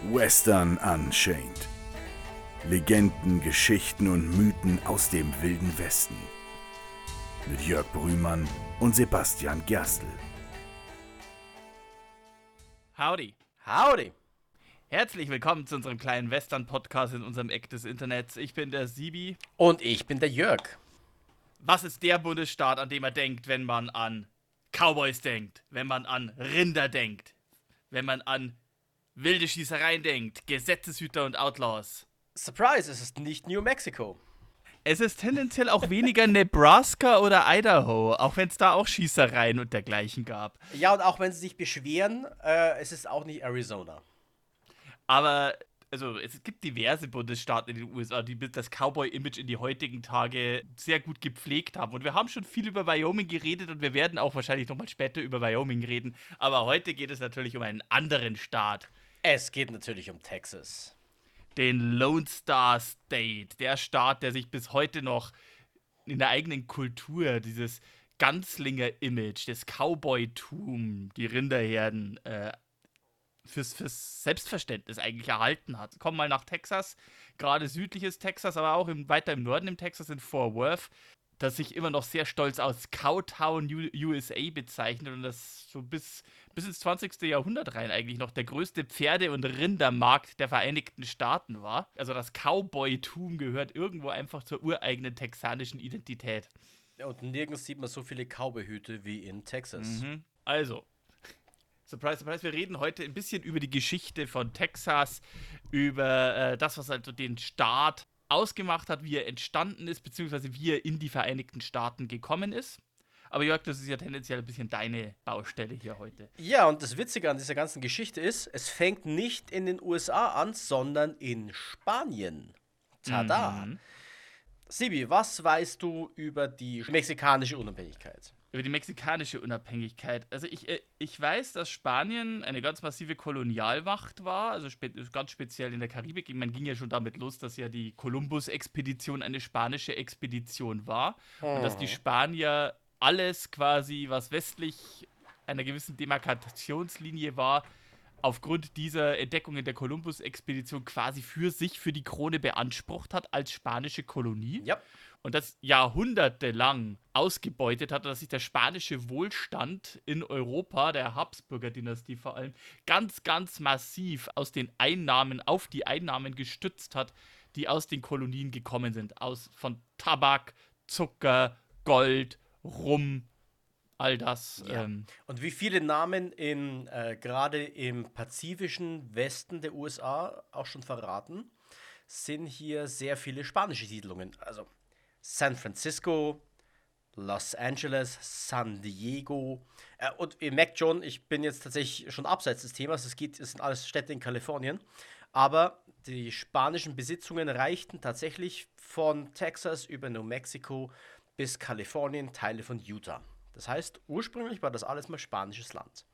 Western Unchained. Legenden, Geschichten und Mythen aus dem Wilden Westen. Mit Jörg Brühmann und Sebastian Gerstl. Howdy. Howdy. Herzlich willkommen zu unserem kleinen Western-Podcast in unserem Eck des Internets. Ich bin der Sibi. Und ich bin der Jörg. Was ist der Bundesstaat, an dem man denkt, wenn man an Cowboys denkt, wenn man an Rinder denkt, wenn man an wilde Schießereien denkt, Gesetzeshüter und Outlaws? Surprise, es ist nicht New Mexico. Es ist tendenziell auch weniger Nebraska oder Idaho, auch wenn es da auch Schießereien und dergleichen gab. Ja, und auch wenn sie sich beschweren, es ist auch nicht Arizona. Aber, also, es gibt diverse Bundesstaaten in den USA, die das Cowboy-Image in die heutigen Tage sehr gut gepflegt haben. Und wir haben schon viel über Wyoming geredet und wir werden auch wahrscheinlich nochmal später über Wyoming reden. Aber heute geht es natürlich um einen anderen Staat. Es geht natürlich um Texas. Den Lone Star State. Der Staat, der sich bis heute noch in der eigenen Kultur, dieses Ganzlinger-Image, das Cowboytum, die Rinderherden, fürs Selbstverständnis eigentlich erhalten hat. Komm mal nach Texas, gerade südliches Texas, aber auch weiter im Norden im Texas in Fort Worth, das sich immer noch sehr stolz als Cowtown USA bezeichnet und das so bis ins 20. Jahrhundert rein eigentlich noch der größte Pferde- und Rindermarkt der Vereinigten Staaten war. Also das Cowboytum gehört irgendwo einfach zur ureigenen texanischen Identität. Ja, und nirgends sieht man so viele Cowboyhüte wie in Texas. Also, surprise, surprise, wir reden heute ein bisschen über die Geschichte von Texas, über das, was also den Staat ausgemacht hat, wie er entstanden ist, beziehungsweise wie er in die Vereinigten Staaten gekommen ist. Aber Jörg, das ist ja tendenziell ein bisschen deine Baustelle hier heute. Ja, und das Witzige an dieser ganzen Geschichte ist, es fängt nicht in den USA an, sondern in Spanien. Tada! Sibi, was weißt du über die mexikanische Unabhängigkeit? Über die mexikanische Unabhängigkeit. Also ich weiß, dass Spanien eine ganz massive Kolonialmacht war, also ganz speziell in der Karibik. Man ging ja schon damit los, dass ja die Kolumbus-Expedition eine spanische Expedition war. Und dass die Spanier alles quasi, was westlich einer gewissen Demarkationslinie war, aufgrund dieser Entdeckungen der Kolumbus-Expedition quasi für sich, für die Krone beansprucht hat als spanische Kolonie. Ja. Und das jahrhundertelang ausgebeutet hat, dass sich der spanische Wohlstand in Europa, der Habsburger-Dynastie vor allem, ganz, ganz massiv aus den Einnahmen, auf die Einnahmen gestützt hat, die aus den Kolonien gekommen sind. Von Tabak, Zucker, Gold, Rum, all das. Ja. Und wie viele Namen gerade im pazifischen Westen der USA auch schon verraten, sind hier sehr viele spanische Siedlungen. Also San Francisco, Los Angeles, San Diego. Und ihr merkt schon, ich bin jetzt tatsächlich schon abseits des Themas. Es sind alles Städte in Kalifornien. Aber die spanischen Besitzungen reichten tatsächlich von Texas über New Mexico bis Kalifornien, Teile von Utah. Das heißt, ursprünglich war das alles mal spanisches Land.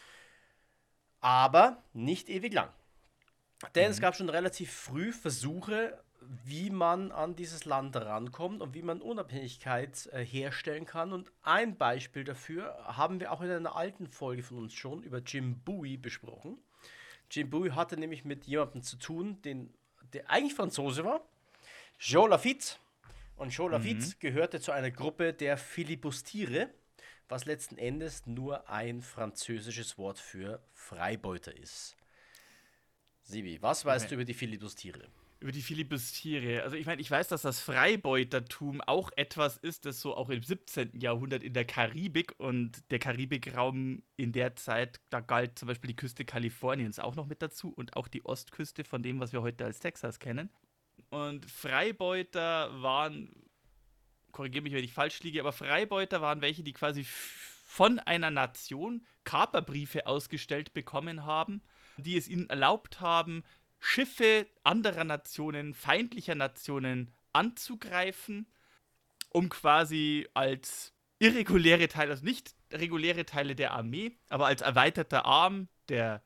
Aber nicht ewig lang. Denn es gab schon relativ früh Versuche, wie man an dieses Land rankommt und wie man Unabhängigkeit herstellen kann. Und ein Beispiel dafür haben wir auch in einer alten Folge von uns schon über Jim Bowie besprochen. Jim Bowie hatte nämlich mit jemandem zu tun, der eigentlich Franzose war, Joe Lafitte. Und Joe Lafitte gehörte zu einer Gruppe der Filibustiere, was letzten Endes nur ein französisches Wort für Freibeuter ist. Sibi, was weißt du über die Filibustiere? Über die Filibustiere. Also ich meine, ich weiß, dass das Freibeutertum auch etwas ist, das so auch im 17. Jahrhundert in der Karibik und der Karibikraum in der Zeit, da galt zum Beispiel die Küste Kaliforniens auch noch mit dazu und auch die Ostküste von dem, was wir heute als Texas kennen. Und Freibeuter waren, korrigiere mich, wenn ich falsch liege, aber Freibeuter waren welche, die quasi von einer Nation Kaperbriefe ausgestellt bekommen haben, die es ihnen erlaubt haben, Schiffe anderer Nationen, feindlicher Nationen anzugreifen, um quasi als irreguläre Teile, also nicht reguläre Teile der Armee, aber als erweiterter Arm der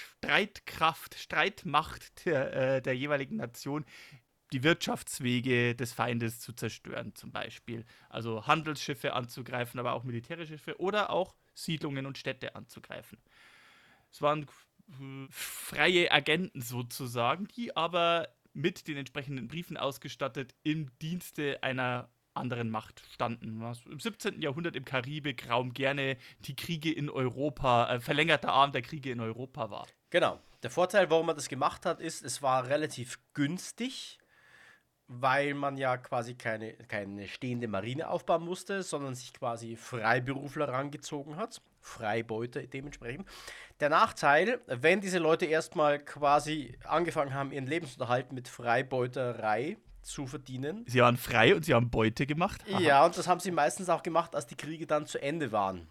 Streitmacht der jeweiligen Nation die Wirtschaftswege des Feindes zu zerstören, zum Beispiel. Also Handelsschiffe anzugreifen, aber auch militärische Schiffe oder auch Siedlungen und Städte anzugreifen. Es waren freie Agenten sozusagen, die aber mit den entsprechenden Briefen ausgestattet im Dienste einer anderen Macht standen. Was im 17. Jahrhundert im Karibikraum gerne die Kriege in Europa, verlängerter Arm der Kriege in Europa war. Genau. Der Vorteil, warum man das gemacht hat, ist, es war relativ günstig, weil man ja quasi keine stehende Marine aufbauen musste, sondern sich quasi Freiberufler rangezogen hat. Freibeuter dementsprechend. Der Nachteil, wenn diese Leute erstmal quasi angefangen haben, ihren Lebensunterhalt mit Freibeuterei zu verdienen. Sie waren frei und sie haben Beute gemacht. Ja, und das haben sie meistens auch gemacht, als die Kriege dann zu Ende waren.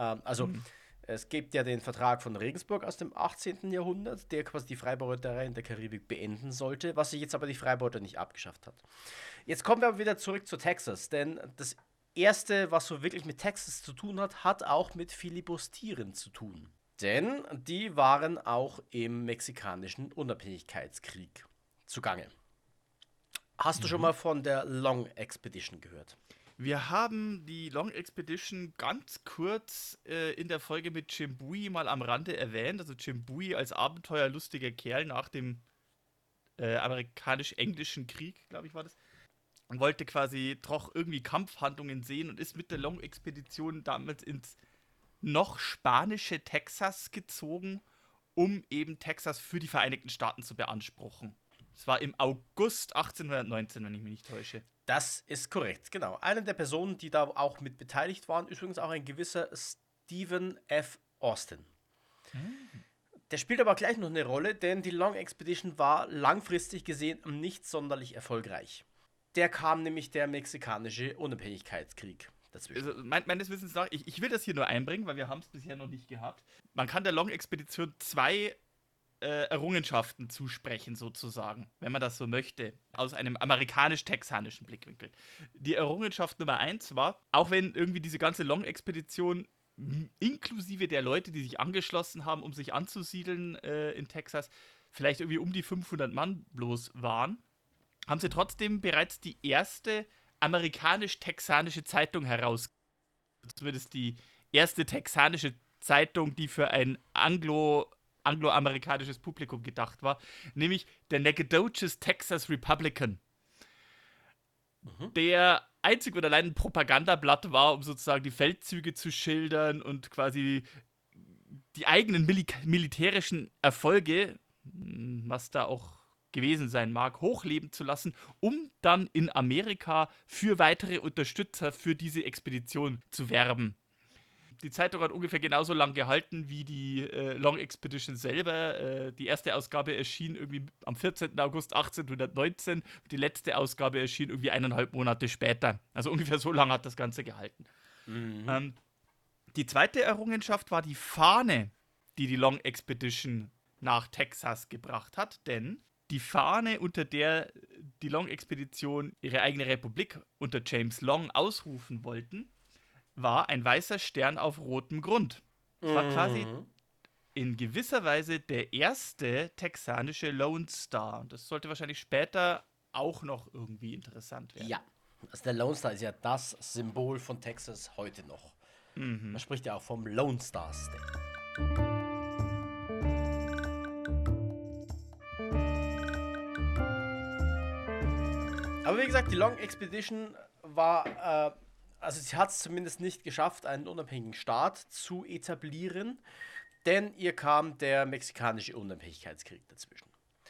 Es gibt ja den Vertrag von Regensburg aus dem 18. Jahrhundert, der quasi die Freibeuterei in der Karibik beenden sollte, was sich jetzt aber die Freibeuter nicht abgeschafft hat. Jetzt kommen wir aber wieder zurück zu Texas, denn das Erste, was so wirklich mit Texas zu tun hat, hat auch mit Filibustieren zu tun. Denn die waren auch im mexikanischen Unabhängigkeitskrieg zugange. Hast du schon mal von der Long Expedition gehört? Wir haben die Long Expedition ganz kurz in der Folge mit Chimbuy mal am Rande erwähnt. Also Chimbuy als abenteuerlustiger Kerl nach dem amerikanisch-englischen Krieg, glaube ich, war das. Und wollte quasi doch irgendwie Kampfhandlungen sehen und ist mit der Long Expedition damals ins noch spanische Texas gezogen, um eben Texas für die Vereinigten Staaten zu beanspruchen. Es war im August 1819, wenn ich mich nicht täusche. Das ist korrekt, genau. Eine der Personen, die da auch mit beteiligt waren, ist übrigens auch ein gewisser Stephen F. Austin. Der spielt aber gleich noch eine Rolle, denn die Long Expedition war langfristig gesehen nicht sonderlich erfolgreich. Der kam nämlich der mexikanische Unabhängigkeitskrieg dazwischen. Also meines Wissens nach, ich will das hier nur einbringen, weil wir haben es bisher noch nicht gehabt. Man kann der Long Expedition 2 Errungenschaften zusprechen, sozusagen, wenn man das so möchte, aus einem amerikanisch-texanischen Blickwinkel. Die Errungenschaft Nummer 1 war, auch wenn irgendwie diese ganze Long-Expedition inklusive der Leute, die sich angeschlossen haben, um sich anzusiedeln in Texas, vielleicht irgendwie um die 500 Mann bloß waren, haben sie trotzdem bereits die erste amerikanisch-texanische Zeitung herausgegeben. Zumindest die erste texanische Zeitung, die für ein angloamerikanisches Publikum gedacht war, nämlich der Nacogdoches Texas Republican. Der einzig und allein ein Propagandablatt war, um sozusagen die Feldzüge zu schildern und quasi die eigenen militärischen Erfolge, was da auch gewesen sein mag, hochleben zu lassen, um dann in Amerika für weitere Unterstützer für diese Expedition zu werben. Die Zeitung hat ungefähr genauso lang gehalten wie die Long Expedition selber. Die erste Ausgabe erschien irgendwie am 14. August 1819. Die letzte Ausgabe erschien irgendwie 1,5 Monate später. Also ungefähr so lange hat das Ganze gehalten. Die zweite Errungenschaft war die Fahne, die die Long Expedition nach Texas gebracht hat. Denn die Fahne, unter der die Long Expedition ihre eigene Republik unter James Long ausrufen wollten, war ein weißer Stern auf rotem Grund. Es war quasi in gewisser Weise der erste texanische Lone Star. Und das sollte wahrscheinlich später auch noch irgendwie interessant werden. Ja, also der Lone Star ist ja das Symbol von Texas heute noch. Man spricht ja auch vom Lone Star State. Aber wie gesagt, die Long Expedition war... Also sie hat es zumindest nicht geschafft, einen unabhängigen Staat zu etablieren, denn ihr kam der mexikanische Unabhängigkeitskrieg dazwischen.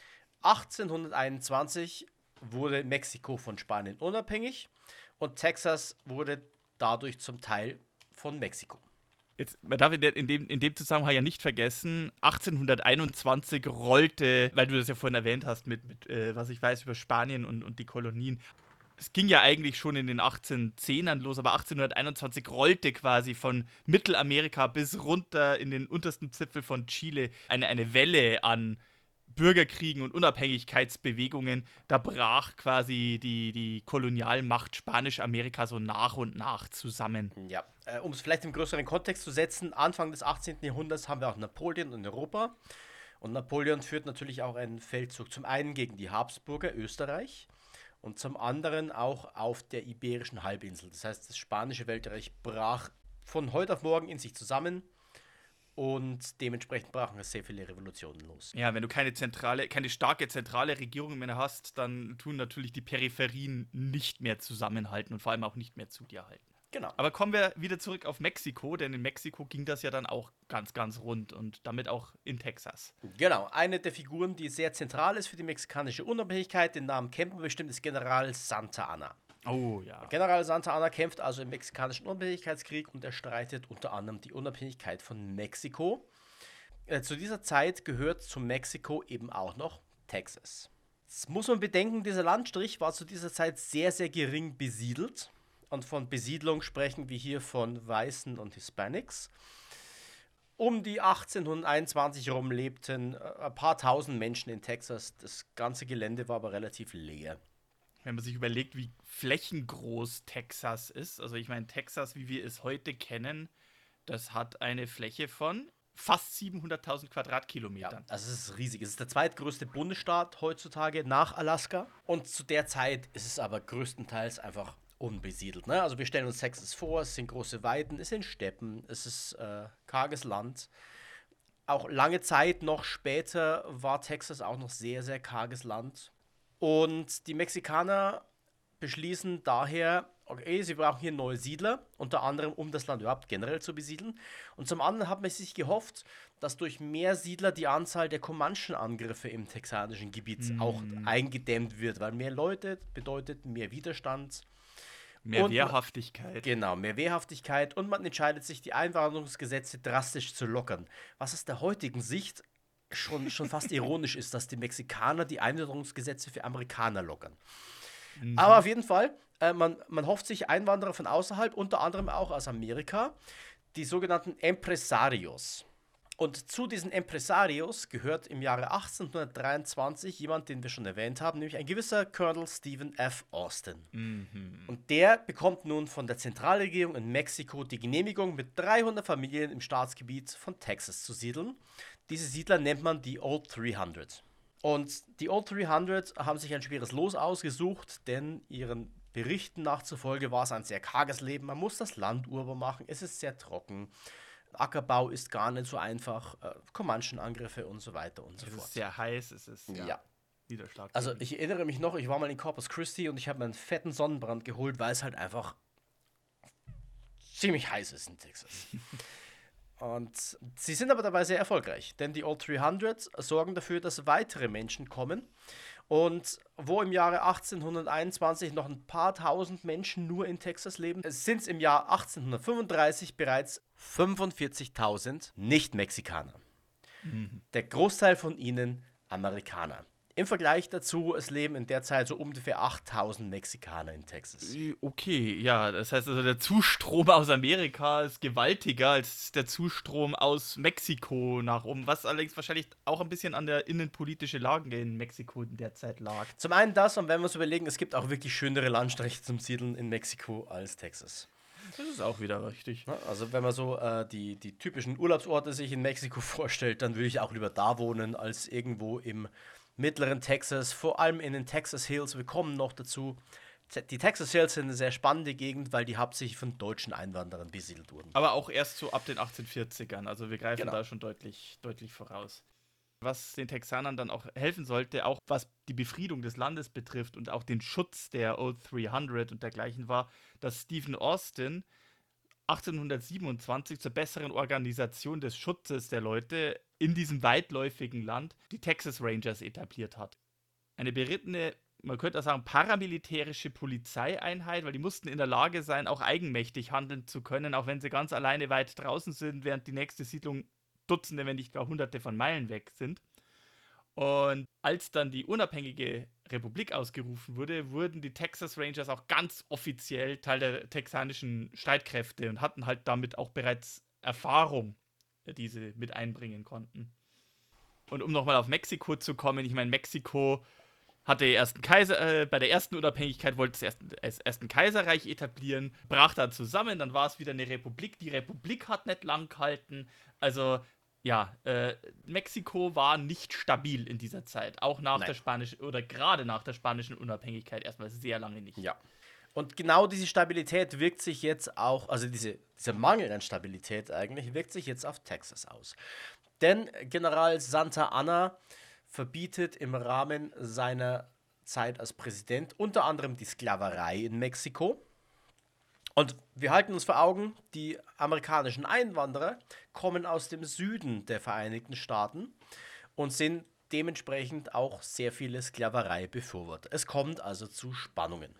1821 wurde Mexiko von Spanien unabhängig und Texas wurde dadurch zum Teil von Mexiko. Jetzt, man darf in dem Zusammenhang ja nicht vergessen, 1821 rollte, weil du das ja vorhin erwähnt hast, mit was ich weiß über Spanien und die Kolonien. Es ging ja eigentlich schon in den 1810ern los, aber 1821 rollte quasi von Mittelamerika bis runter in den untersten Zipfel von Chile eine Welle an Bürgerkriegen und Unabhängigkeitsbewegungen. Da brach quasi die Kolonialmacht Spanisch-Amerika so nach und nach zusammen. Ja, um es vielleicht im größeren Kontext zu setzen, Anfang des 18. Jahrhunderts haben wir auch Napoleon in Europa. Und Napoleon führt natürlich auch einen Feldzug zum einen gegen die Habsburger Österreich und zum anderen auch auf der Iberischen Halbinsel. Das heißt, das spanische Weltreich brach von heute auf morgen in sich zusammen und dementsprechend brachen es sehr viele Revolutionen los. Ja, wenn du keine starke zentrale Regierung mehr hast, dann tun natürlich die Peripherien nicht mehr zusammenhalten und vor allem auch nicht mehr zu dir halten. Genau. Aber kommen wir wieder zurück auf Mexiko, denn in Mexiko ging das ja dann auch ganz, ganz rund und damit auch in Texas. Genau, eine der Figuren, die sehr zentral ist für die mexikanische Unabhängigkeit, den Namen kennt man bestimmt, ist General Santa Anna. Oh ja. General Santa Anna kämpft also im mexikanischen Unabhängigkeitskrieg und er streitet unter anderem die Unabhängigkeit von Mexiko. Zu dieser Zeit gehört zu Mexiko eben auch noch Texas. Jetzt muss man bedenken, dieser Landstrich war zu dieser Zeit sehr, sehr gering besiedelt. Und von Besiedlung sprechen wir hier von Weißen und Hispanics. Um die 1821 herum lebten ein paar tausend Menschen in Texas. Das ganze Gelände war aber relativ leer. Wenn man sich überlegt, wie flächengroß Texas ist, also ich meine, Texas, wie wir es heute kennen, das hat eine Fläche von fast 700.000 Quadratkilometern. Ja, also es ist riesig. Es ist der zweitgrößte Bundesstaat heutzutage nach Alaska. Und zu der Zeit ist es aber größtenteils einfach unbesiedelt. Ne? Also wir stellen uns Texas vor, es sind große Weiden, es sind Steppen, es ist karges Land. Auch lange Zeit noch später war Texas auch noch sehr, sehr karges Land. Und die Mexikaner beschließen daher, okay, sie brauchen hier neue Siedler, unter anderem, um das Land überhaupt generell zu besiedeln. Und zum anderen hat man sich gehofft, dass durch mehr Siedler die Anzahl der Comanchen-Angriffe im texanischen Gebiet auch eingedämmt wird, weil mehr Leute bedeutet mehr Widerstand. Mehr Wehrhaftigkeit. Genau, mehr Wehrhaftigkeit. Und man entscheidet sich, die Einwanderungsgesetze drastisch zu lockern. Was aus der heutigen Sicht schon fast ironisch ist, dass die Mexikaner die Einwanderungsgesetze für Amerikaner lockern. Aber auf jeden Fall, man hofft sich Einwanderer von außerhalb, unter anderem auch aus Amerika, die sogenannten Empresarios. Und zu diesen Empresarios gehört im Jahre 1823 jemand, den wir schon erwähnt haben, nämlich ein gewisser Colonel Stephen F. Austin. Und der bekommt nun von der Zentralregierung in Mexiko die Genehmigung, mit 300 Familien im Staatsgebiet von Texas zu siedeln. Diese Siedler nennt man die Old 300. Und die Old 300 haben sich ein schweres Los ausgesucht, denn ihren Berichten nachzufolge war es ein sehr karges Leben. Man muss das Land urbar machen, es ist sehr trocken. Ackerbau ist gar nicht so einfach, Comanchen-Angriffe und so weiter und so fort. Es ist sehr heiß, es ist Niederschlag. Also ich erinnere mich noch, ich war mal in Corpus Christi und ich habe mir einen fetten Sonnenbrand geholt, weil es halt einfach ziemlich heiß ist in Texas. Und sie sind aber dabei sehr erfolgreich, denn die Old 300 sorgen dafür, dass weitere Menschen kommen. Und wo im Jahre 1821 noch ein paar tausend Menschen nur in Texas leben, sind es im Jahr 1835 bereits 45.000 Nicht-Mexikaner. Der Großteil von ihnen Amerikaner. Im Vergleich dazu, es leben in der Zeit so ungefähr 8.000 Mexikaner in Texas. Okay, ja, das heißt also, der Zustrom aus Amerika ist gewaltiger als der Zustrom aus Mexiko nach oben, was allerdings wahrscheinlich auch ein bisschen an der innenpolitischen Lage in Mexiko in der Zeit lag. Zum einen das, und wenn wir uns überlegen, es gibt auch wirklich schönere Landstriche zum Siedeln in Mexiko als Texas. Das ist auch wieder richtig. Also wenn man so die typischen Urlaubsorte sich in Mexiko vorstellt, dann würde ich auch lieber da wohnen, als irgendwo im mittleren Texas, vor allem in den Texas Hills. Wir kommen noch dazu. Die Texas Hills sind eine sehr spannende Gegend, weil die hauptsächlich von deutschen Einwanderern besiedelt wurden. Aber auch erst so ab den 1840ern. Also wir greifen da schon deutlich voraus. Was den Texanern dann auch helfen sollte, auch was die Befriedung des Landes betrifft und auch den Schutz der Old 300 und dergleichen, war, dass Stephen Austin 1827 zur besseren Organisation des Schutzes der Leute in diesem weitläufigen Land die Texas Rangers etabliert hat. Eine berittene, man könnte auch sagen, paramilitärische Polizeieinheit, weil die mussten in der Lage sein, auch eigenmächtig handeln zu können, auch wenn sie ganz alleine weit draußen sind, während die nächste Siedlung Dutzende, wenn nicht gar Hunderte von Meilen weg sind. Und als dann die unabhängige Republik ausgerufen wurde, wurden die Texas Rangers auch ganz offiziell Teil der texanischen Streitkräfte und hatten halt damit auch bereits Erfahrung, die sie mit einbringen konnten. Und um nochmal auf Mexiko zu kommen, ich meine, Mexiko hatte bei der ersten Unabhängigkeit wollte es erst ein Kaiserreich etablieren, brach dann zusammen, dann war es wieder eine Republik. Die Republik hat nicht lang gehalten. Also ja, Mexiko war nicht stabil in dieser Zeit, auch nach der spanischen oder gerade nach der spanischen Unabhängigkeit erstmal sehr lange nicht. Ja. Und genau diese Stabilität wirkt sich jetzt auch, also dieser Mangel an Stabilität eigentlich, wirkt sich jetzt auf Texas aus. Denn General Santa Anna verbietet im Rahmen seiner Zeit als Präsident unter anderem die Sklaverei in Mexiko. Und wir halten uns vor Augen, die amerikanischen Einwanderer kommen aus dem Süden der Vereinigten Staaten und sind dementsprechend auch sehr viele Sklaverei-Befürworter. Es kommt also zu Spannungen.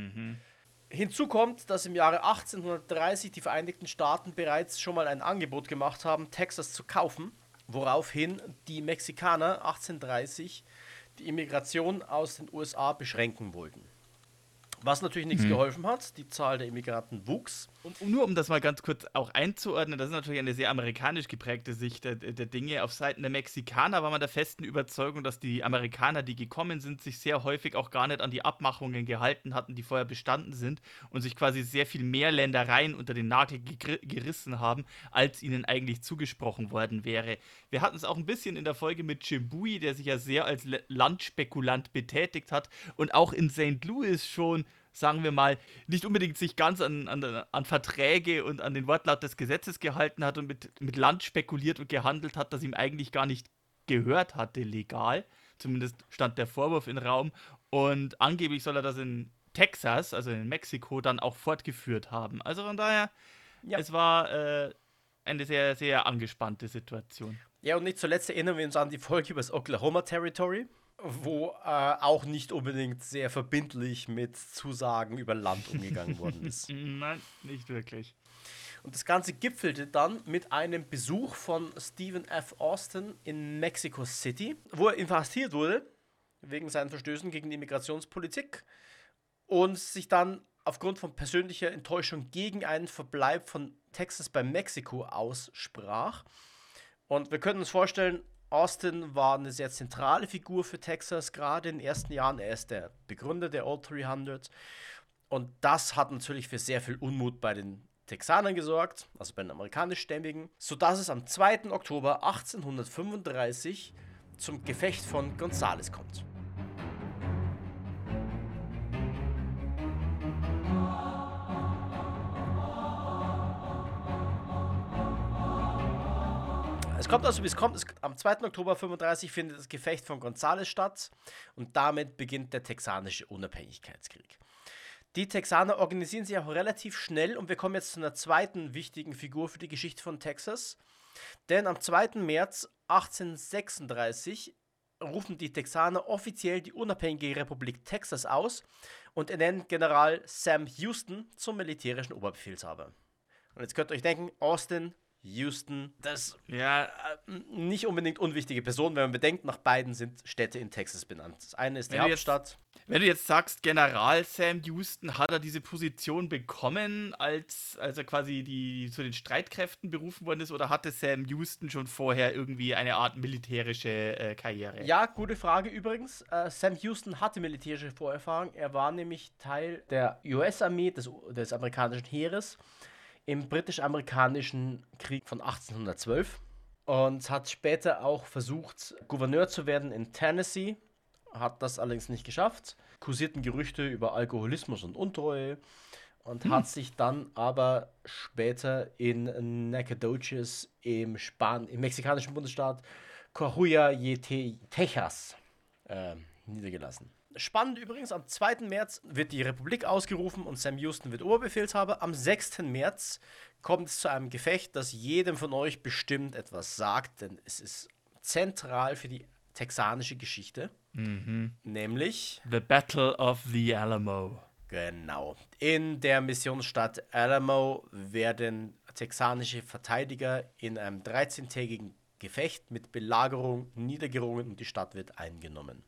Hinzu kommt, dass im Jahre 1830 die Vereinigten Staaten bereits schon mal ein Angebot gemacht haben, Texas zu kaufen, woraufhin die Mexikaner 1830 die Immigration aus den USA beschränken wollten. Was natürlich nichts geholfen hat, die Zahl der Immigranten wuchs. Und nur um das mal ganz kurz auch einzuordnen, das ist natürlich eine sehr amerikanisch geprägte Sicht der Dinge. Auf Seiten der Mexikaner war man der festen Überzeugung, dass die Amerikaner, die gekommen sind, sich sehr häufig auch gar nicht an die Abmachungen gehalten hatten, die vorher bestanden sind und sich quasi sehr viel mehr Ländereien unter den Nagel gerissen haben, als ihnen eigentlich zugesprochen worden wäre. Wir hatten es auch ein bisschen in der Folge mit Jim Bowie, der sich ja sehr als Landspekulant betätigt hat und auch in St. Louis schon, sagen wir mal, nicht unbedingt sich ganz an Verträge und an den Wortlaut des Gesetzes gehalten hat und mit Land spekuliert und gehandelt hat, das ihm eigentlich gar nicht gehört hatte, legal. Zumindest stand der Vorwurf im Raum. Und angeblich soll er das in Texas, also in Mexiko, dann auch fortgeführt haben. Also von daher, es war eine sehr, sehr angespannte Situation. Ja, und nicht zuletzt erinnern wir uns an die Folge über das Oklahoma Territory, wo auch nicht unbedingt sehr verbindlich mit Zusagen über Land umgegangen worden ist. Nein, nicht wirklich. Und das Ganze gipfelte dann mit einem Besuch von Stephen F. Austin in Mexico City, wo er inhaftiert wurde, wegen seinen Verstößen gegen die Immigrationspolitik und sich dann aufgrund von persönlicher Enttäuschung gegen einen Verbleib von Texas bei Mexiko aussprach. Und wir können uns vorstellen, Austin war eine sehr zentrale Figur für Texas, gerade in den ersten Jahren. Er ist der Begründer der Old 300. Und das hat natürlich für sehr viel Unmut bei den Texanern gesorgt, also bei den amerikanischstämmigen, sodass es am 2. Oktober 1835 zum Gefecht von Gonzales kommt. Es kommt also, wie es kommt. Am 2. Oktober 1935 findet das Gefecht von Gonzales statt und damit beginnt der texanische Unabhängigkeitskrieg. Die Texaner organisieren sich auch relativ schnell und wir kommen jetzt zu einer zweiten wichtigen Figur für die Geschichte von Texas. Denn am 2. März 1836 rufen die Texaner offiziell die unabhängige Republik Texas aus und ernennen General Sam Houston zum militärischen Oberbefehlshaber. Und jetzt könnt ihr euch denken, Austin, Houston, das nicht unbedingt unwichtige Personen, wenn man bedenkt, nach beiden sind Städte in Texas benannt. Das eine ist die Hauptstadt. Wenn du jetzt sagst, General Sam Houston, hat er diese Position bekommen, als er quasi zu den Streitkräften berufen worden ist, oder hatte Sam Houston schon vorher irgendwie eine Art militärische Karriere? Ja, gute Frage übrigens. Sam Houston hatte militärische Vorerfahrung. Er war nämlich Teil der US-Armee, des amerikanischen Heeres, im britisch-amerikanischen Krieg von 1812 und hat später auch versucht, Gouverneur zu werden in Tennessee, hat das allerdings nicht geschafft. Kursierten Gerüchte über Alkoholismus und Untreue und hat sich dann aber später in Nacogdoches im mexikanischen Bundesstaat Coahuila y Texas niedergelassen. Spannend übrigens, am 2. März wird die Republik ausgerufen und Sam Houston wird Oberbefehlshaber. Am 6. März kommt es zu einem Gefecht, das jedem von euch bestimmt etwas sagt, denn es ist zentral für die texanische Geschichte. Nämlich The Battle of the Alamo. Genau. In der Missionsstadt Alamo werden texanische Verteidiger in einem 13-tägigen Gefecht mit Belagerung niedergerungen und die Stadt wird eingenommen.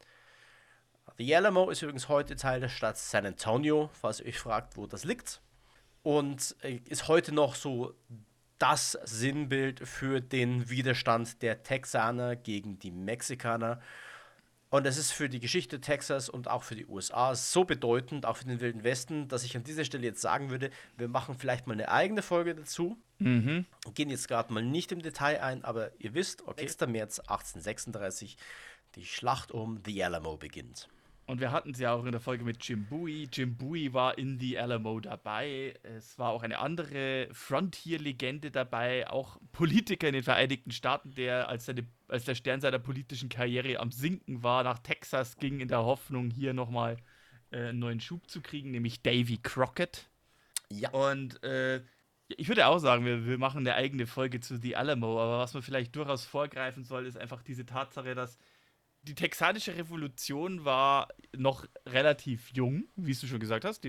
The Alamo ist übrigens heute Teil der Stadt San Antonio, falls ihr euch fragt, wo das liegt. Und ist heute noch so das Sinnbild für den Widerstand der Texaner gegen die Mexikaner. Und es ist für die Geschichte Texas und auch für die USA so bedeutend, auch für den Wilden Westen, dass ich an dieser Stelle jetzt sagen würde, wir machen vielleicht mal eine eigene Folge dazu. Gehen jetzt gerade mal nicht im Detail ein, aber ihr wisst, 6. März 1836, die Schlacht um The Alamo beginnt. Und wir hatten es ja auch in der Folge mit Jim Bowie. Jim Bowie war in The Alamo dabei. Es war auch eine andere Frontier-Legende dabei, auch Politiker in den Vereinigten Staaten, der als der Stern seiner politischen Karriere am Sinken war, nach Texas ging, in der Hoffnung, hier nochmal einen neuen Schub zu kriegen, nämlich Davy Crockett. Ja. Und ich würde auch sagen, wir machen eine eigene Folge zu The Alamo, aber was man vielleicht durchaus vorgreifen soll, ist einfach diese Tatsache, dass die texanische Revolution war noch relativ jung, wie du schon gesagt hast. Die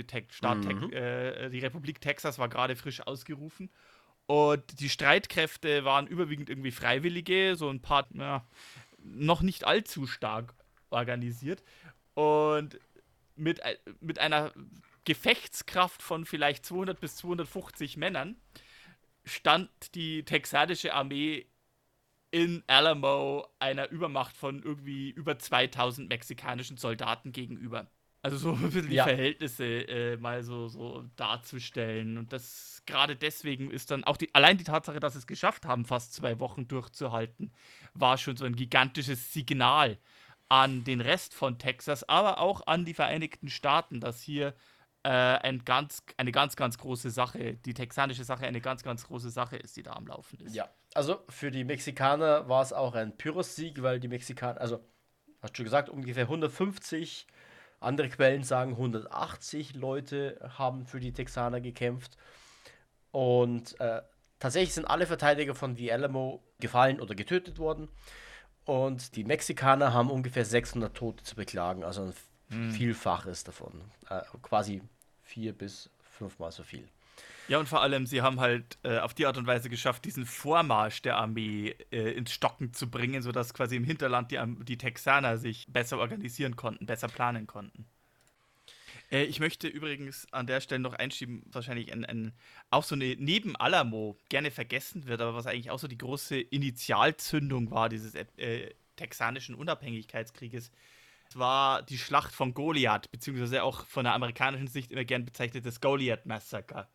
Republik Texas war gerade frisch ausgerufen. Und die Streitkräfte waren überwiegend irgendwie Freiwillige, so ein paar, noch nicht allzu stark organisiert. Und mit einer Gefechtskraft von vielleicht 200 bis 250 Männern stand die texanische Armee in Alamo einer Übermacht von irgendwie über 2000 mexikanischen Soldaten gegenüber. Also so ein bisschen die Verhältnisse mal so darzustellen. Und das gerade deswegen ist dann auch allein die Tatsache, dass sie es geschafft haben, fast 2 Wochen durchzuhalten, war schon so ein gigantisches Signal an den Rest von Texas, aber auch an die Vereinigten Staaten, dass hier eine ganz, ganz große Sache, die texanische Sache, eine ganz, ganz große Sache ist, die da am Laufen ist. Ja, also für die Mexikaner war es auch ein Pyrrhus-Sieg, weil die Mexikaner, also, hast du schon gesagt, ungefähr 150, andere Quellen sagen 180 Leute haben für die Texaner gekämpft. Und tatsächlich sind alle Verteidiger von The Alamo gefallen oder getötet worden. Und die Mexikaner haben ungefähr 600 Tote zu beklagen, also ein Vielfaches davon. Quasi 4 bis 5 Mal so viel. Ja, und vor allem, sie haben halt auf die Art und Weise geschafft, diesen Vormarsch der Armee ins Stocken zu bringen, sodass quasi im Hinterland die Texaner sich besser organisieren konnten, besser planen konnten. Ich möchte übrigens an der Stelle noch einschieben, wahrscheinlich auch so eine neben Alamo gerne vergessen wird, aber was eigentlich auch so die große Initialzündung war dieses texanischen Unabhängigkeitskrieges, war die Schlacht von Goliath, beziehungsweise auch von der amerikanischen Sicht immer gern bezeichnetes Goliath-Massaker.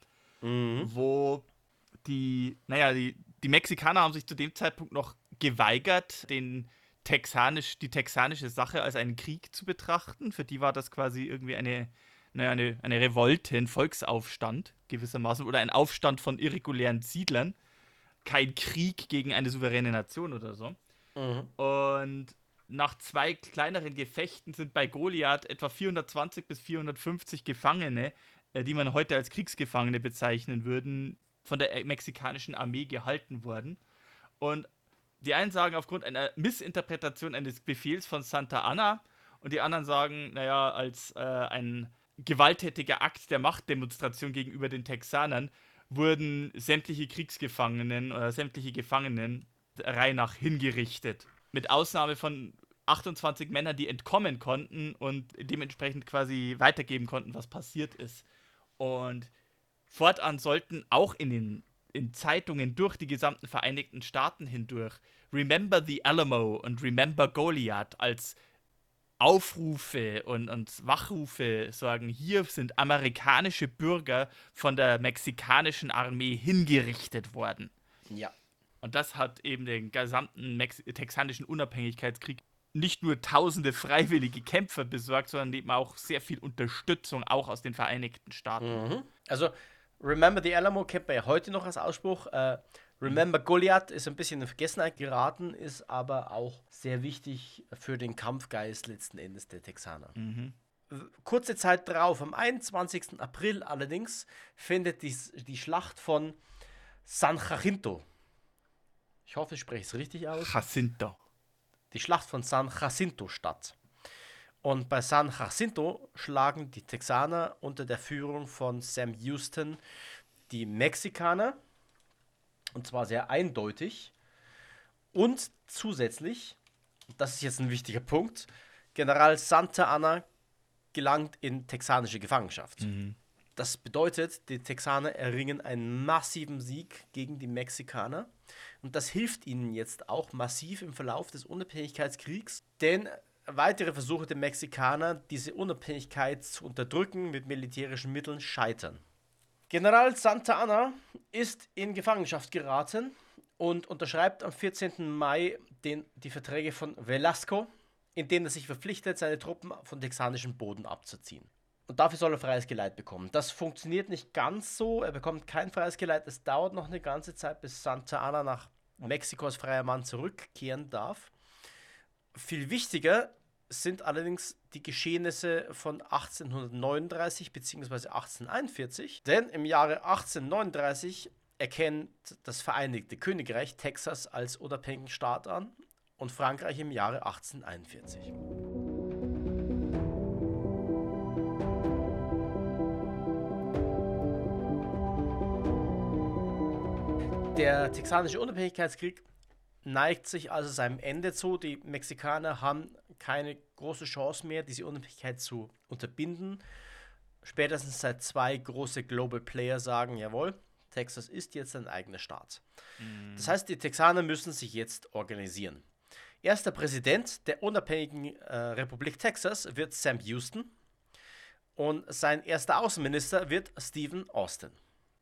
Wo die Mexikaner haben sich zu dem Zeitpunkt noch geweigert, die texanische Sache als einen Krieg zu betrachten. Für die war das quasi irgendwie eine Revolte, ein Volksaufstand gewissermaßen oder ein Aufstand von irregulären Siedlern. Kein Krieg gegen eine souveräne Nation oder so. Und nach 2 kleineren Gefechten sind bei Goliath etwa 420 bis 450 Gefangene, die man heute als Kriegsgefangene bezeichnen würden, von der mexikanischen Armee gehalten worden. Und die einen sagen aufgrund einer Missinterpretation eines Befehls von Santa Anna und die anderen sagen, als ein gewalttätiger Akt der Machtdemonstration gegenüber den Texanern wurden sämtliche Kriegsgefangenen oder sämtliche Gefangenen der Reihe nach hingerichtet. Mit Ausnahme von 28 Männern, die entkommen konnten und dementsprechend quasi weitergeben konnten, was passiert ist. Und fortan sollten auch in Zeitungen durch die gesamten Vereinigten Staaten hindurch Remember the Alamo und Remember Goliath als Aufrufe und Wachrufe sagen, hier sind amerikanische Bürger von der mexikanischen Armee hingerichtet worden. Ja. Und das hat eben den gesamten texanischen Unabhängigkeitskrieg nicht nur tausende freiwillige Kämpfer besorgt, sondern eben auch sehr viel Unterstützung, auch aus den Vereinigten Staaten. Also, Remember the Alamo kennt man ja heute noch als Ausspruch. Remember Goliath ist ein bisschen in Vergessenheit geraten, ist aber auch sehr wichtig für den Kampfgeist letzten Endes der Texaner. Kurze Zeit darauf, am 21. April allerdings, findet die Schlacht von San Jacinto. Ich hoffe, ich spreche es richtig aus. Jacinto. Die Schlacht von San Jacinto statt. Und bei San Jacinto schlagen die Texaner unter der Führung von Sam Houston die Mexikaner. Und zwar sehr eindeutig. Und zusätzlich, das ist jetzt ein wichtiger Punkt, General Santa Anna gelangt in texanische Gefangenschaft. Das bedeutet, die Texaner erringen einen massiven Sieg gegen die Mexikaner. Und das hilft ihnen jetzt auch massiv im Verlauf des Unabhängigkeitskriegs, denn weitere Versuche der Mexikaner, diese Unabhängigkeit zu unterdrücken mit militärischen Mitteln, scheitern. General Santa Anna ist in Gefangenschaft geraten und unterschreibt am 14. Mai die Verträge von Velasco, indem er sich verpflichtet, seine Truppen von texanischem Boden abzuziehen. Und dafür soll er freies Geleit bekommen. Das funktioniert nicht ganz so. Er bekommt kein freies Geleit. Es dauert noch eine ganze Zeit, bis Santa Anna nach Mexiko als freier Mann zurückkehren darf. Viel wichtiger sind allerdings die Geschehnisse von 1839 bzw. 1841. Denn im Jahre 1839 erkennt das Vereinigte Königreich Texas als unabhängigen Staat an und Frankreich im Jahre 1841. Der texanische Unabhängigkeitskrieg neigt sich also seinem Ende zu. Die Mexikaner haben keine große Chance mehr, diese Unabhängigkeit zu unterbinden. Spätestens seit 2 große Global Player sagen, jawohl, Texas ist jetzt ein eigener Staat. Das heißt, die Texaner müssen sich jetzt organisieren. Erster Präsident der unabhängigen Republik Texas wird Sam Houston und sein erster Außenminister wird Stephen Austin.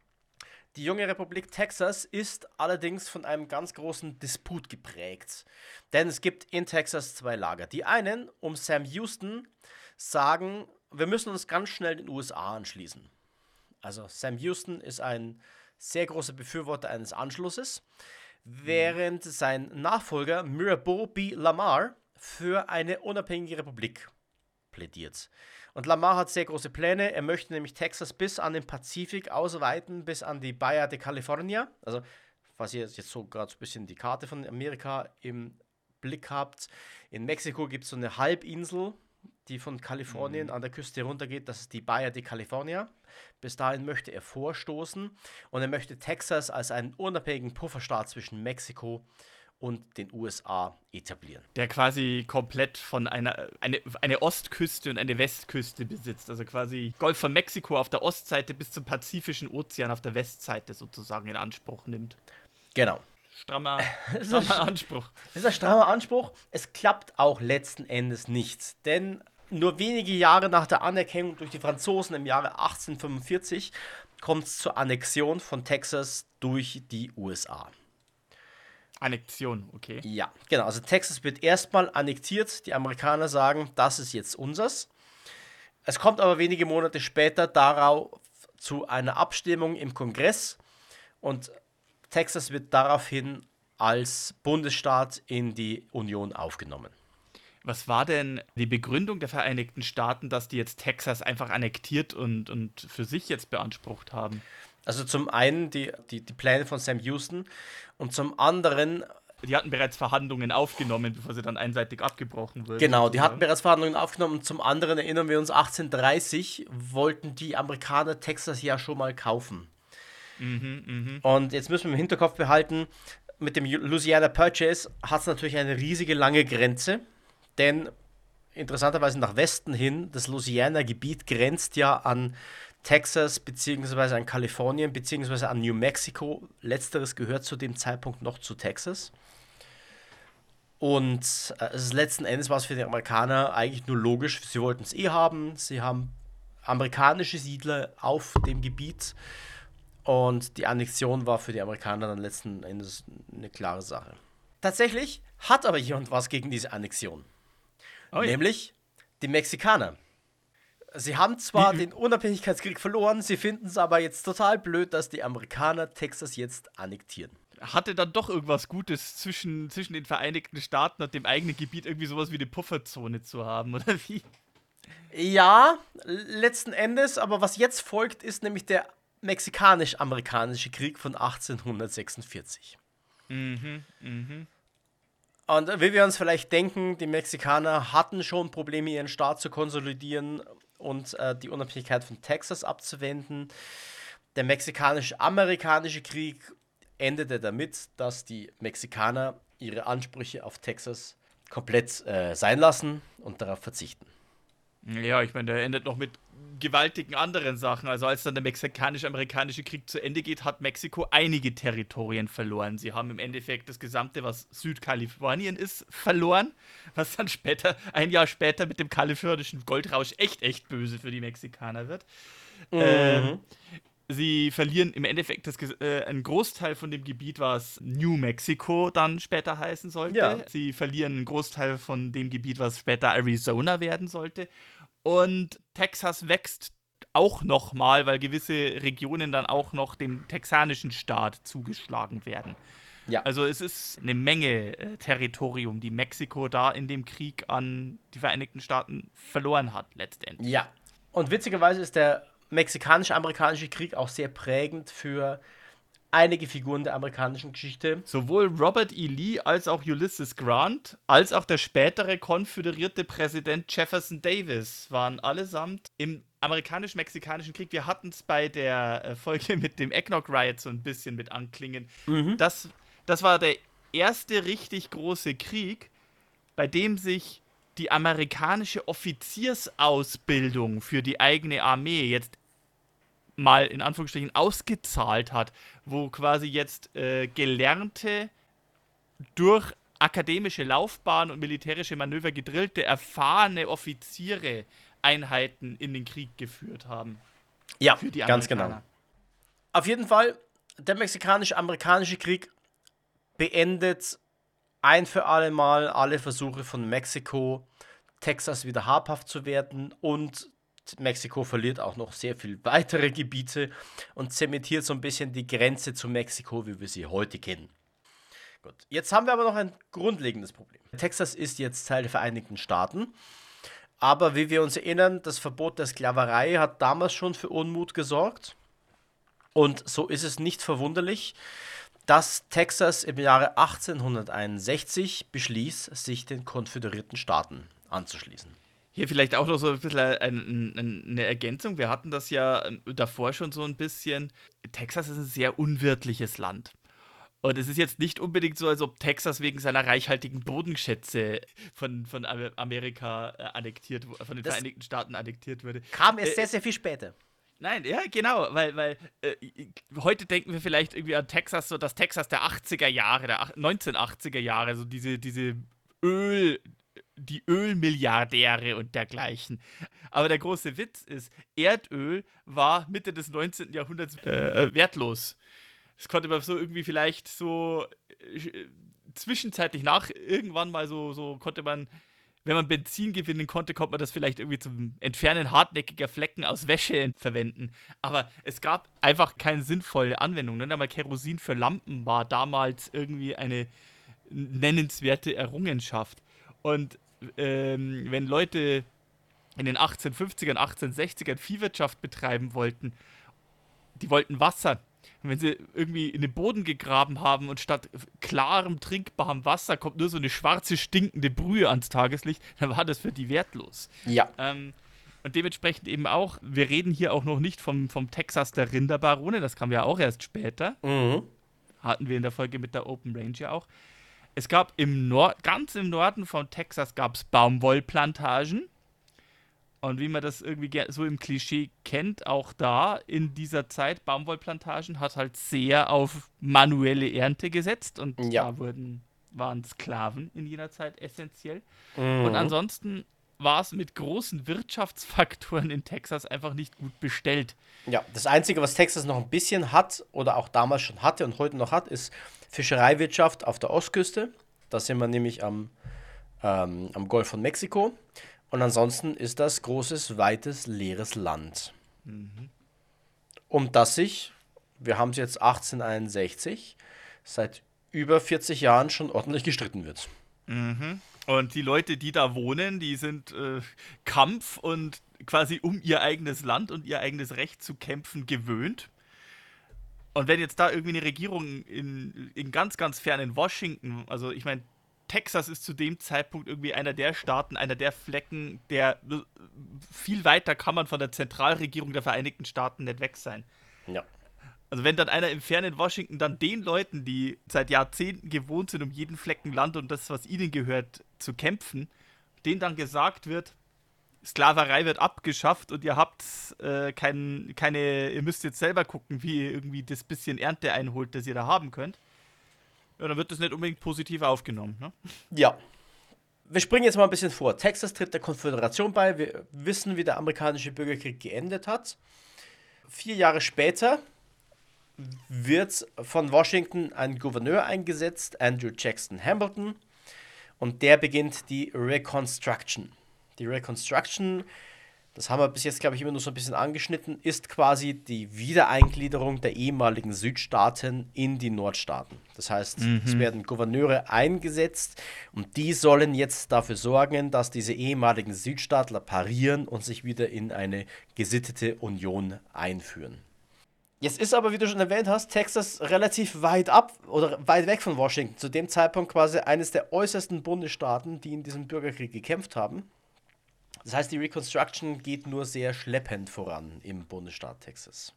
Die junge Republik Texas ist allerdings von einem ganz großen Disput geprägt. Denn es gibt in Texas 2 Lager. Die einen, um Sam Houston, sagen, wir müssen uns ganz schnell den USA anschließen. Also Sam Houston ist ein sehr großer Befürworter eines Anschlusses, während sein Nachfolger Mirabeau B. Lamar für eine unabhängige Republik plädiert. Und Lamar hat sehr große Pläne. Er möchte nämlich Texas bis an den Pazifik ausweiten, bis an die Baja de California. Also, falls ihr jetzt so gerade so ein bisschen die Karte von Amerika im Blick habt. In Mexiko gibt es so eine Halbinsel, die von Kalifornien an der Küste runtergeht. Das ist die Baja de California. Bis dahin möchte er vorstoßen. Und er möchte Texas als einen unabhängigen Pufferstaat zwischen Mexiko und den USA etablieren. Der quasi komplett von eine Ostküste und eine Westküste besitzt. Also quasi Golf von Mexiko auf der Ostseite bis zum Pazifischen Ozean auf der Westseite sozusagen in Anspruch nimmt. Genau. Strammer Anspruch. Das ist ein strammer Anspruch. Es klappt auch letzten Endes nicht. Denn nur wenige Jahre nach der Anerkennung durch die Franzosen im Jahre 1845 kommt es zur Annexion von Texas durch die USA. Annexion, okay. Ja, genau. Also Texas wird erstmal annektiert. Die Amerikaner sagen, das ist jetzt unseres. Es kommt aber wenige Monate später darauf zu einer Abstimmung im Kongress und Texas wird daraufhin als Bundesstaat in die Union aufgenommen. Was war denn die Begründung der Vereinigten Staaten, dass die jetzt Texas einfach annektiert und für sich jetzt beansprucht haben? Also zum einen die Pläne von Sam Houston und zum anderen... Die hatten bereits Verhandlungen aufgenommen, bevor sie dann einseitig abgebrochen wurden. Genau, die hatten bereits Verhandlungen aufgenommen. Und zum anderen erinnern wir uns, 1830 wollten die Amerikaner Texas ja schon mal kaufen. Und jetzt müssen wir im Hinterkopf behalten, mit dem Louisiana Purchase hat es natürlich eine riesige lange Grenze, denn interessanterweise nach Westen hin, das Louisiana-Gebiet grenzt ja an Texas bzw. an Kalifornien bzw. an New Mexico. Letzteres gehört zu dem Zeitpunkt noch zu Texas. Und letzten Endes war es für die Amerikaner eigentlich nur logisch. Sie wollten es haben. Sie haben amerikanische Siedler auf dem Gebiet. Und die Annexion war für die Amerikaner dann letzten Endes eine klare Sache. Tatsächlich hat aber jemand was gegen diese Annexion. Oh ja. Nämlich die Mexikaner. Sie haben zwar den Unabhängigkeitskrieg verloren, sie finden es aber jetzt total blöd, dass die Amerikaner Texas jetzt annektieren. Hatte dann doch irgendwas Gutes zwischen den Vereinigten Staaten und dem eigenen Gebiet irgendwie sowas wie eine Pufferzone zu haben, oder wie? Ja, letzten Endes, aber was jetzt folgt, ist nämlich der mexikanisch-amerikanische Krieg von 1846. Und wie wir uns vielleicht denken, die Mexikaner hatten schon Probleme, ihren Staat zu konsolidieren und die Unabhängigkeit von Texas abzuwenden. Der mexikanisch-amerikanische Krieg endete damit, dass die Mexikaner ihre Ansprüche auf Texas komplett sein lassen und darauf verzichten. Ja, ich meine, der endet noch mit gewaltigen anderen Sachen. Also als dann der mexikanisch-amerikanische Krieg zu Ende geht, hat Mexiko einige Territorien verloren. Sie haben im Endeffekt das Gesamte, was Südkalifornien ist, verloren, was dann ein Jahr später mit dem kalifornischen Goldrausch echt böse für die Mexikaner wird. Sie verlieren im Endeffekt einen Großteil von dem Gebiet, was New Mexico dann später heißen sollte. Ja. Sie verlieren einen Großteil von dem Gebiet, was später Arizona werden sollte. Und Texas wächst auch nochmal, weil gewisse Regionen dann auch noch dem texanischen Staat zugeschlagen werden. Ja. Also es ist eine Menge Territorium, die Mexiko da in dem Krieg an die Vereinigten Staaten verloren hat, letztendlich. Ja. Und witzigerweise ist der mexikanisch-amerikanische Krieg auch sehr prägend für einige Figuren der amerikanischen Geschichte. Sowohl Robert E. Lee als auch Ulysses Grant, als auch der spätere konföderierte Präsident Jefferson Davis waren allesamt im amerikanisch-mexikanischen Krieg. Wir hatten es bei der Folge mit dem Eggnog Riot so ein bisschen mit anklingen. Das war der erste richtig große Krieg, bei dem sich die amerikanische Offiziersausbildung für die eigene Armee jetzt mal in Anführungsstrichen ausgezahlt hat, wo quasi jetzt gelernte, durch akademische Laufbahn und militärische Manöver gedrillte, erfahrene Offiziere Einheiten in den Krieg geführt haben. Ja, Für die ganz Amerikaner. genau. Auf jeden Fall, der mexikanisch-amerikanische Krieg beendet ein für alle Mal alle Versuche von Mexiko, Texas wieder habhaft zu werden, und Mexiko verliert auch noch sehr viel weitere Gebiete und zementiert so ein bisschen die Grenze zu Mexiko, wie wir sie heute kennen. Gut, jetzt haben wir aber noch ein grundlegendes Problem. Texas ist jetzt Teil der Vereinigten Staaten, aber wie wir uns erinnern, das Verbot der Sklaverei hat damals schon für Unmut gesorgt. Und so ist es nicht verwunderlich, dass Texas im Jahre 1861 beschließt, sich den konföderierten Staaten anzuschließen. Hier vielleicht auch noch so ein bisschen eine Ergänzung. Wir hatten das ja davor schon so ein bisschen. Texas ist ein sehr unwirtliches Land. Und es ist jetzt nicht unbedingt so, als ob Texas wegen seiner reichhaltigen Bodenschätze von Amerika von den Vereinigten Staaten annektiert würde. Kam erst sehr, sehr viel später. Nein, ja, genau, weil heute denken wir vielleicht irgendwie an Texas, so das Texas der 80er Jahre, der 1980er Jahre, so die Ölmilliardäre und dergleichen. Aber der große Witz ist, Erdöl war Mitte des 19. Jahrhunderts wertlos. Das konnte man so irgendwie vielleicht so zwischenzeitlich irgendwann mal so konnte man, wenn man Benzin gewinnen konnte man das vielleicht irgendwie zum Entfernen hartnäckiger Flecken aus Wäsche verwenden. Aber es gab einfach keine sinnvolle Anwendung. Ne? Aber Kerosin für Lampen war damals irgendwie eine nennenswerte Errungenschaft. Und wenn Leute in den 1850ern, 1860ern Viehwirtschaft betreiben wollten, die wollten Wasser. Und wenn sie irgendwie in den Boden gegraben haben und statt klarem, trinkbarem Wasser kommt nur so eine schwarze, stinkende Brühe ans Tageslicht, dann war das für die wertlos. Ja. Und dementsprechend eben auch, wir reden hier auch noch nicht vom Texas der Rinderbarone, das kam ja auch erst später. Hatten wir in der Folge mit der Open Range ja auch. Es gab ganz im Norden von Texas gab es Baumwollplantagen. Und wie man das irgendwie so im Klischee kennt, auch da in dieser Zeit, Baumwollplantagen hat halt sehr auf manuelle Ernte gesetzt. Und da waren Sklaven in jener Zeit essentiell. Und ansonsten war es mit großen Wirtschaftsfaktoren in Texas einfach nicht gut bestellt. Ja, das Einzige, was Texas noch ein bisschen hat oder auch damals schon hatte und heute noch hat, ist Fischereiwirtschaft auf der Ostküste. Da sind wir nämlich am Golf von Mexiko. Und ansonsten ist das großes, weites, leeres Land. Um das sich, wir haben es jetzt 1861, seit über 40 Jahren schon ordentlich gestritten wird. Und die Leute, die da wohnen, die sind Kampf und quasi um ihr eigenes Land und ihr eigenes Recht zu kämpfen gewöhnt. Und wenn jetzt da irgendwie eine Regierung in ganz, ganz fernen Washington, also ich meine, Texas ist zu dem Zeitpunkt irgendwie einer der Staaten, einer der Flecken, der viel weiter kann man von der Zentralregierung der Vereinigten Staaten nicht weg sein. Ja. Also wenn dann einer im fernen Washington dann den Leuten, die seit Jahrzehnten gewohnt sind, um jeden Flecken Land und das, was ihnen gehört, zu kämpfen, denen dann gesagt wird, Sklaverei wird abgeschafft und ihr habt ihr müsst jetzt selber gucken, wie ihr irgendwie das bisschen Ernte einholt, das ihr da haben könnt. Ja, dann wird das nicht unbedingt positiv aufgenommen, ne? Ja. Wir springen jetzt mal ein bisschen vor. Texas tritt der Konföderation bei. Wir wissen, wie der amerikanische Bürgerkrieg geendet hat. 4 Jahre später wird von Washington ein Gouverneur eingesetzt, Andrew Jackson Hamilton, und der beginnt die Reconstruction. Die Reconstruction, das haben wir bis jetzt, glaube ich, immer nur so ein bisschen angeschnitten, ist quasi die Wiedereingliederung der ehemaligen Südstaaten in die Nordstaaten. Das heißt, es werden Gouverneure eingesetzt und die sollen jetzt dafür sorgen, dass diese ehemaligen Südstaatler parieren und sich wieder in eine gesittete Union einführen. Jetzt ist aber, wie du schon erwähnt hast, Texas relativ weit ab oder weit weg von Washington. Zu dem Zeitpunkt quasi eines der äußersten Bundesstaaten, die in diesem Bürgerkrieg gekämpft haben. Das heißt, die Reconstruction geht nur sehr schleppend voran im Bundesstaat Texas.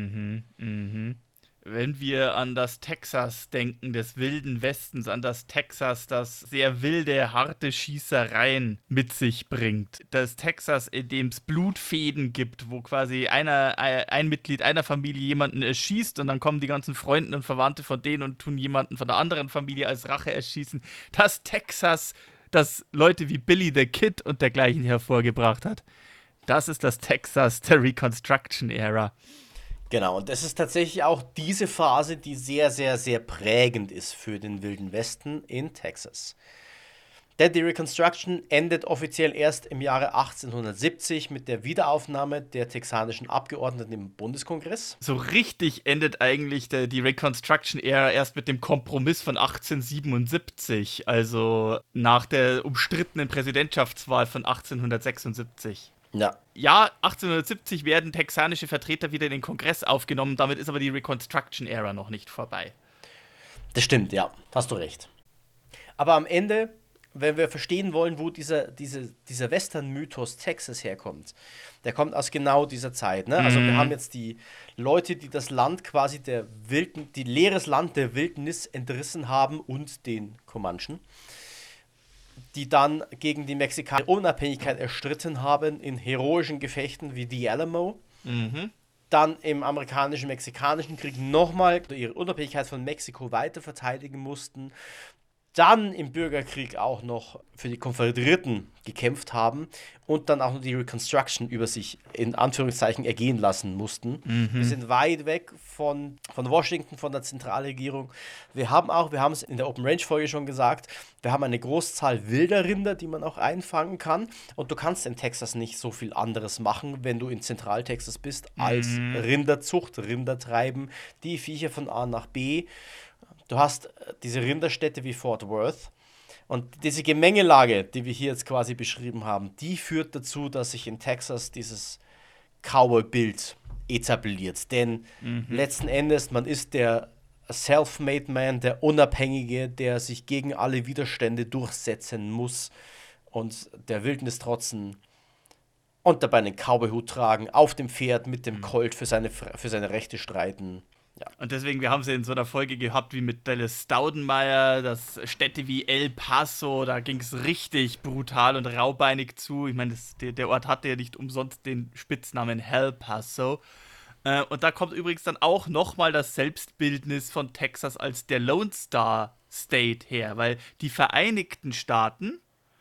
Wenn wir an das Texas denken, des wilden Westens, an das Texas, das sehr wilde, harte Schießereien mit sich bringt. Das Texas, in dem es Blutfäden gibt, wo quasi ein Mitglied einer Familie jemanden erschießt und dann kommen die ganzen Freunde und Verwandte von denen und tun jemanden von der anderen Familie als Rache erschießen. Das Texas, das Leute wie Billy the Kid und dergleichen hervorgebracht hat. Das ist das Texas der Reconstruction-Ära. Genau, und das ist tatsächlich auch diese Phase, die sehr, sehr, sehr prägend ist für den Wilden Westen in Texas. Denn die Reconstruction endet offiziell erst im Jahre 1870 mit der Wiederaufnahme der texanischen Abgeordneten im Bundeskongress. So richtig endet eigentlich die Reconstruction-Ära erst mit dem Kompromiss von 1877, also nach der umstrittenen Präsidentschaftswahl von 1876. Ja, 1870 werden texanische Vertreter wieder in den Kongress aufgenommen, damit ist aber die Reconstruction-Ära noch nicht vorbei. Das stimmt, ja, hast du recht. Aber am Ende, wenn wir verstehen wollen, wo dieser Western-Mythos Texas herkommt, der kommt aus genau dieser Zeit. Ne? Also wir haben jetzt die Leute, die das Land quasi die leeres Land der Wildnis entrissen haben und den Comanchen, die dann gegen die mexikanische Unabhängigkeit erstritten haben in heroischen Gefechten wie die Alamo. Dann im amerikanischen-mexikanischen Krieg nochmal ihre Unabhängigkeit von Mexiko weiter verteidigen mussten. Dann im Bürgerkrieg auch noch für die Konföderierten gekämpft haben und dann auch noch die Reconstruction über sich in Anführungszeichen ergehen lassen mussten. Wir sind weit weg von Washington, von der Zentralregierung. Wir haben es in der Open Range Folge schon gesagt, wir haben eine Großzahl wilder Rinder, die man auch einfangen kann, und du kannst in Texas nicht so viel anderes machen, wenn du in Zentraltexas bist, als Rinderzucht, Rinder treiben, die Viecher von A nach B. Du hast diese Rinderstädte wie Fort Worth und diese Gemengelage, die wir hier jetzt quasi beschrieben haben, die führt dazu, dass sich in Texas dieses Cowboy-Bild etabliert. Denn letzten Endes, man ist der Self-Made Man, der Unabhängige, der sich gegen alle Widerstände durchsetzen muss und der Wildnis trotzen und dabei einen Cowboy-Hut tragen, auf dem Pferd mit dem Colt für seine Rechte streiten. Ja. Und deswegen, wir haben sie in so einer Folge gehabt wie mit Dallas Staudenmeier, das Städte wie El Paso, da ging es richtig brutal und raubeinig zu. Ich meine, der Ort hatte ja nicht umsonst den Spitznamen Hell Paso. Und da kommt übrigens dann auch nochmal das Selbstbildnis von Texas als der Lone Star State her, weil die Vereinigten Staaten,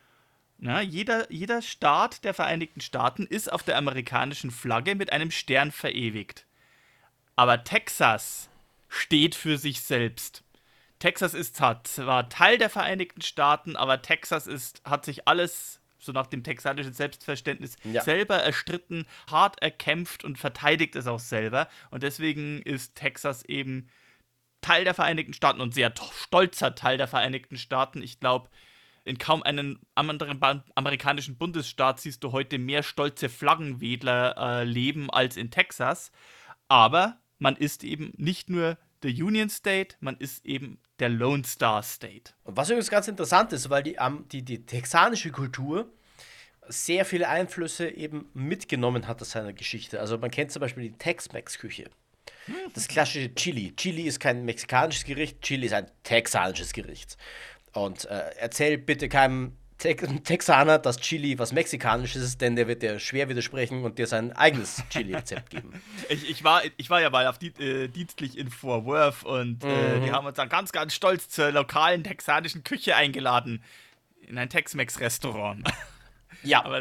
jeder Staat der Vereinigten Staaten ist auf der amerikanischen Flagge mit einem Stern verewigt. Aber Texas steht für sich selbst. Texas ist zwar Teil der Vereinigten Staaten, aber Texas hat sich alles, so nach dem texanischen Selbstverständnis, selber erstritten, hart erkämpft und verteidigt es auch selber. Und deswegen ist Texas eben Teil der Vereinigten Staaten und sehr stolzer Teil der Vereinigten Staaten. Ich glaube, in kaum einem anderen amerikanischen Bundesstaat siehst du heute mehr stolze Flaggenwedler leben als in Texas. Aber man ist eben nicht nur der Union State, man ist eben der Lone Star State. Und was übrigens ganz interessant ist, weil die texanische Kultur sehr viele Einflüsse eben mitgenommen hat aus seiner Geschichte. Also man kennt zum Beispiel die Tex-Mex-Küche. Das klassische Chili. Chili ist kein mexikanisches Gericht, Chili ist ein texanisches Gericht. Und erzähl bitte keinem Texaner, dass Chili was Mexikanisches ist, denn der wird dir schwer widersprechen und dir sein eigenes Chili-Rezept geben. Ich war ja mal dienstlich in Fort Worth und die haben uns dann ganz, ganz stolz zur lokalen texanischen Küche eingeladen. In ein Tex-Mex-Restaurant. Ja. Aber das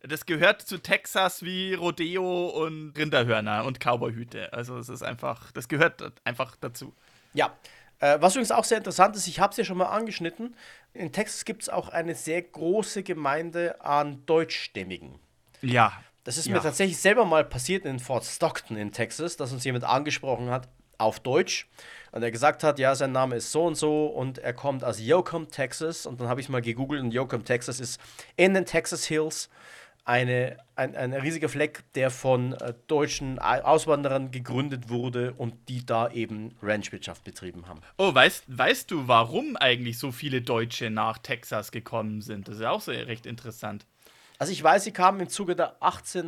das gehört zu Texas wie Rodeo und Rinderhörner und Cowboyhüte. Also es ist einfach, das gehört einfach dazu. Ja, was übrigens auch sehr interessant ist, ich habe es ja schon mal angeschnitten, in Texas gibt es auch eine sehr große Gemeinde an Deutschstämmigen. Ja. Das ist mir tatsächlich selber mal passiert in Fort Stockton in Texas, dass uns jemand angesprochen hat auf Deutsch und er gesagt hat, ja, sein Name ist so und er kommt aus Yoakum, Texas, und dann habe ich mal gegoogelt und Yoakum, Texas ist in den Texas Hills ein riesiger Fleck, der von deutschen Auswanderern gegründet wurde und die da eben Ranchwirtschaft betrieben haben. Oh, weißt du, warum eigentlich so viele Deutsche nach Texas gekommen sind? Das ist ja auch so recht interessant. Also ich weiß, sie kamen im Zuge der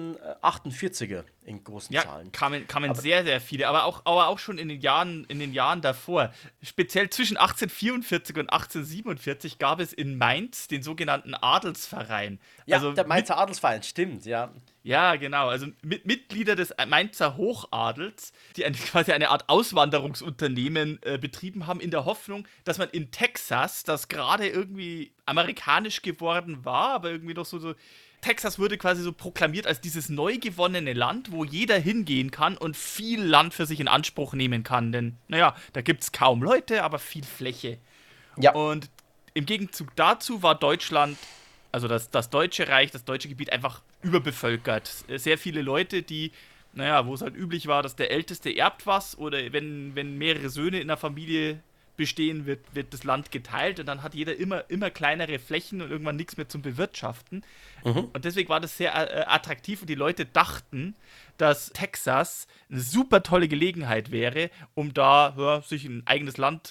1848er in großen Zahlen. Kamen sehr, sehr viele, aber auch schon in den Jahren davor. Speziell zwischen 1844 und 1847 gab es in Mainz den sogenannten Adelsverein. Ja, also der Mainzer Adelsverein, stimmt, ja. Ja, genau. Also Mitglieder des Mainzer Hochadels, die quasi eine Art Auswanderungsunternehmen betrieben haben, in der Hoffnung, dass man in Texas, das gerade irgendwie amerikanisch geworden war, aber irgendwie noch so Texas wurde quasi so proklamiert als dieses neu gewonnene Land, wo jeder hingehen kann und viel Land für sich in Anspruch nehmen kann. Denn, naja, da gibt es kaum Leute, aber viel Fläche. Ja. Und im Gegenzug dazu war Deutschland, also das Deutsche Reich, das deutsche Gebiet einfach überbevölkert. Sehr viele Leute, die, naja, wo es halt üblich war, dass der Älteste erbt was oder wenn mehrere Söhne in der Familie bestehen, wird das Land geteilt und dann hat jeder immer kleinere Flächen und irgendwann nichts mehr zum Bewirtschaften. Mhm. Und deswegen war das sehr attraktiv und die Leute dachten, dass Texas eine super tolle Gelegenheit wäre, um da sich ein eigenes Land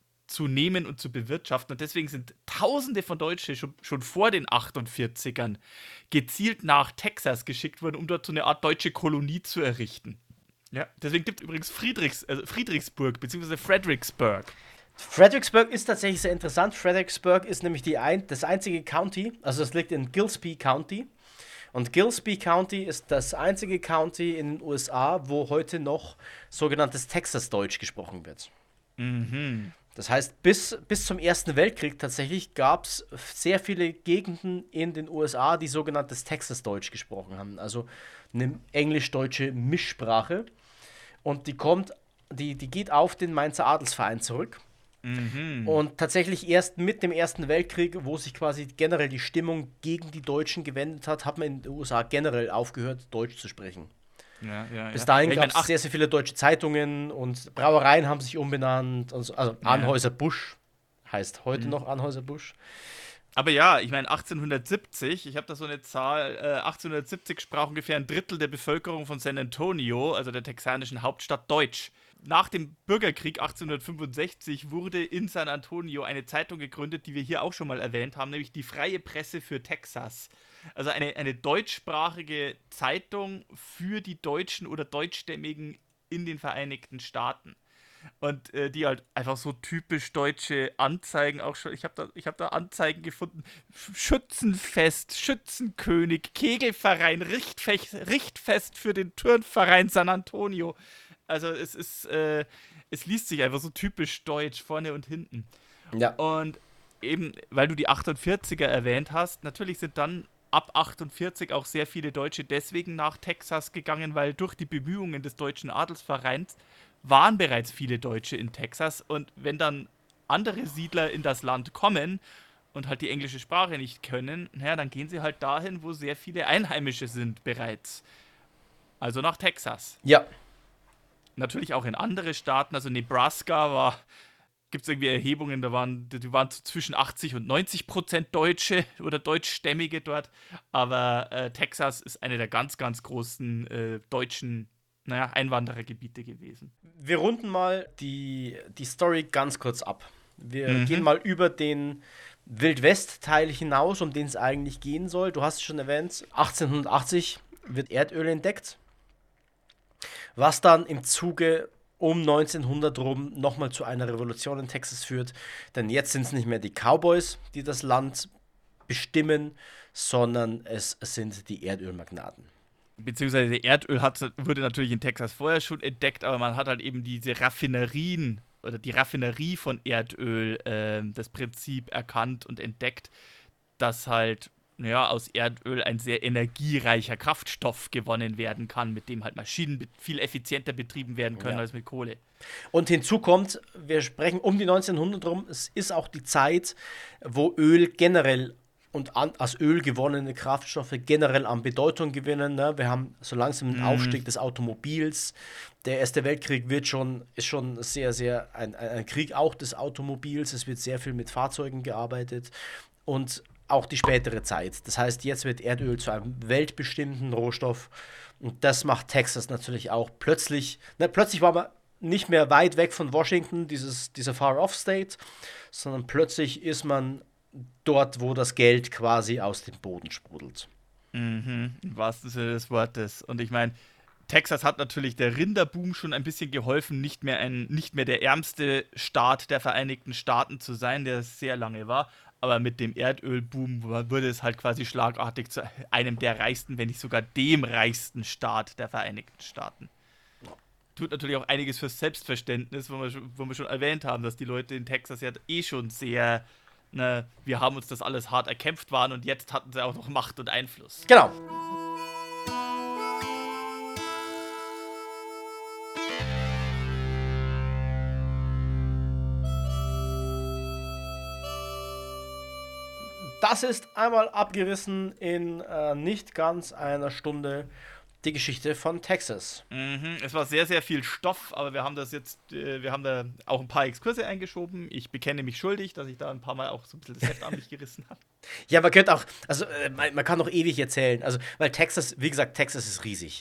zu nehmen und zu bewirtschaften. Und deswegen sind Tausende von Deutschen schon vor den 48ern gezielt nach Texas geschickt worden, um dort so eine Art deutsche Kolonie zu errichten. Ja, deswegen gibt es übrigens Friedrichsburg bzw. Fredericksburg. Fredericksburg ist tatsächlich sehr interessant. Fredericksburg ist nämlich das einzige County, also das liegt in Gillespie County. Und Gillespie County ist das einzige County in den USA, wo heute noch sogenanntes Texas-Deutsch gesprochen wird. Mhm. Das heißt, bis zum Ersten Weltkrieg tatsächlich gab es sehr viele Gegenden in den USA, die sogenanntes Texas-Deutsch gesprochen haben. Also eine englisch-deutsche Mischsprache. Und die geht auf den Mainzer Adelsverein zurück. Mhm. Und tatsächlich erst mit dem Ersten Weltkrieg, wo sich quasi generell die Stimmung gegen die Deutschen gewendet hat, hat man in den USA generell aufgehört, Deutsch zu sprechen. Ja. Bis dahin gab es sehr, sehr viele deutsche Zeitungen und Brauereien haben sich umbenannt. Also Anheuser-Busch heißt heute noch Anheuser-Busch. Aber ja, ich meine 1870, ich habe da so eine Zahl, 1870 sprach ungefähr ein Drittel der Bevölkerung von San Antonio, also der texanischen Hauptstadt, Deutsch. Nach dem Bürgerkrieg 1865 wurde in San Antonio eine Zeitung gegründet, die wir hier auch schon mal erwähnt haben, nämlich die Freie Presse für Texas. Also eine deutschsprachige Zeitung für die Deutschen oder Deutschstämmigen in den Vereinigten Staaten. Und die halt einfach so typisch deutsche Anzeigen auch schon. Ich hab da Anzeigen gefunden. Schützenfest, Schützenkönig, Kegelverein, Richtfest für den Turnverein San Antonio. Also es liest sich einfach so typisch deutsch, vorne und hinten. Ja. Und eben, weil du die 48er erwähnt hast, natürlich sind dann ab 48 auch sehr viele Deutsche deswegen nach Texas gegangen, weil durch die Bemühungen des Deutschen Adelsvereins waren bereits viele Deutsche in Texas. Und wenn dann andere Siedler in das Land kommen und halt die englische Sprache nicht können, dann gehen sie halt dahin, wo sehr viele Einheimische sind bereits. Also nach Texas. Ja. Natürlich auch in andere Staaten, also Nebraska gibt es irgendwie Erhebungen, die waren so zwischen 80 und 90% Deutsche oder Deutschstämmige dort, aber Texas ist eine der ganz, ganz großen deutschen Einwanderergebiete gewesen. Wir runden mal die Story ganz kurz ab. Wir gehen mal über den Wildwest-Teil hinaus, um den es eigentlich gehen soll. Du hast es schon erwähnt, 1880 wird Erdöl entdeckt, was dann im Zuge um 1900 rum nochmal zu einer Revolution in Texas führt. Denn jetzt sind es nicht mehr die Cowboys, die das Land bestimmen, sondern es sind die Erdölmagnaten. Beziehungsweise Erdöl wurde natürlich in Texas vorher schon entdeckt, aber man hat halt eben diese Raffinerien oder die Raffinerie von Erdöl, das Prinzip erkannt und entdeckt, dass halt aus Erdöl ein sehr energiereicher Kraftstoff gewonnen werden kann, mit dem halt Maschinen viel effizienter betrieben werden können als mit Kohle. Und hinzu kommt, wir sprechen um die 1900 rum, es ist auch die Zeit, wo Öl generell und aus Öl gewonnene Kraftstoffe generell an Bedeutung gewinnen. Ne? Wir haben so langsam den Aufstieg des Automobils. Der Erste Weltkrieg ist schon sehr, sehr ein Krieg auch des Automobils. Es wird sehr viel mit Fahrzeugen gearbeitet und auch die spätere Zeit. Das heißt, jetzt wird Erdöl zu einem weltbestimmten Rohstoff und das macht Texas natürlich auch plötzlich. Plötzlich war man nicht mehr weit weg von Washington, dieser Far-Off-State, sondern plötzlich ist man dort, wo das Geld quasi aus dem Boden sprudelt. Im wahrsten Sinne des Wortes. Und ich meine, Texas hat natürlich der Rinderboom schon ein bisschen geholfen, nicht mehr der ärmste Staat der Vereinigten Staaten zu sein, der es sehr lange war. Aber mit dem Erdölboom wurde es halt quasi schlagartig zu einem der reichsten, wenn nicht sogar dem reichsten Staat der Vereinigten Staaten. Tut natürlich auch einiges fürs Selbstverständnis, wo wir schon erwähnt haben, dass die Leute in Texas ja schon sehr, wir haben uns das alles hart erkämpft waren und jetzt hatten sie auch noch Macht und Einfluss. Genau. Das ist einmal abgerissen in nicht ganz einer Stunde die Geschichte von Texas. Es war sehr, sehr viel Stoff, aber wir haben da auch ein paar Exkurse eingeschoben. Ich bekenne mich schuldig, dass ich da ein paar Mal auch so ein bisschen das Heft an mich gerissen habe. Ja, man könnte auch, also man kann noch ewig erzählen, also weil Texas, wie gesagt, Texas ist riesig.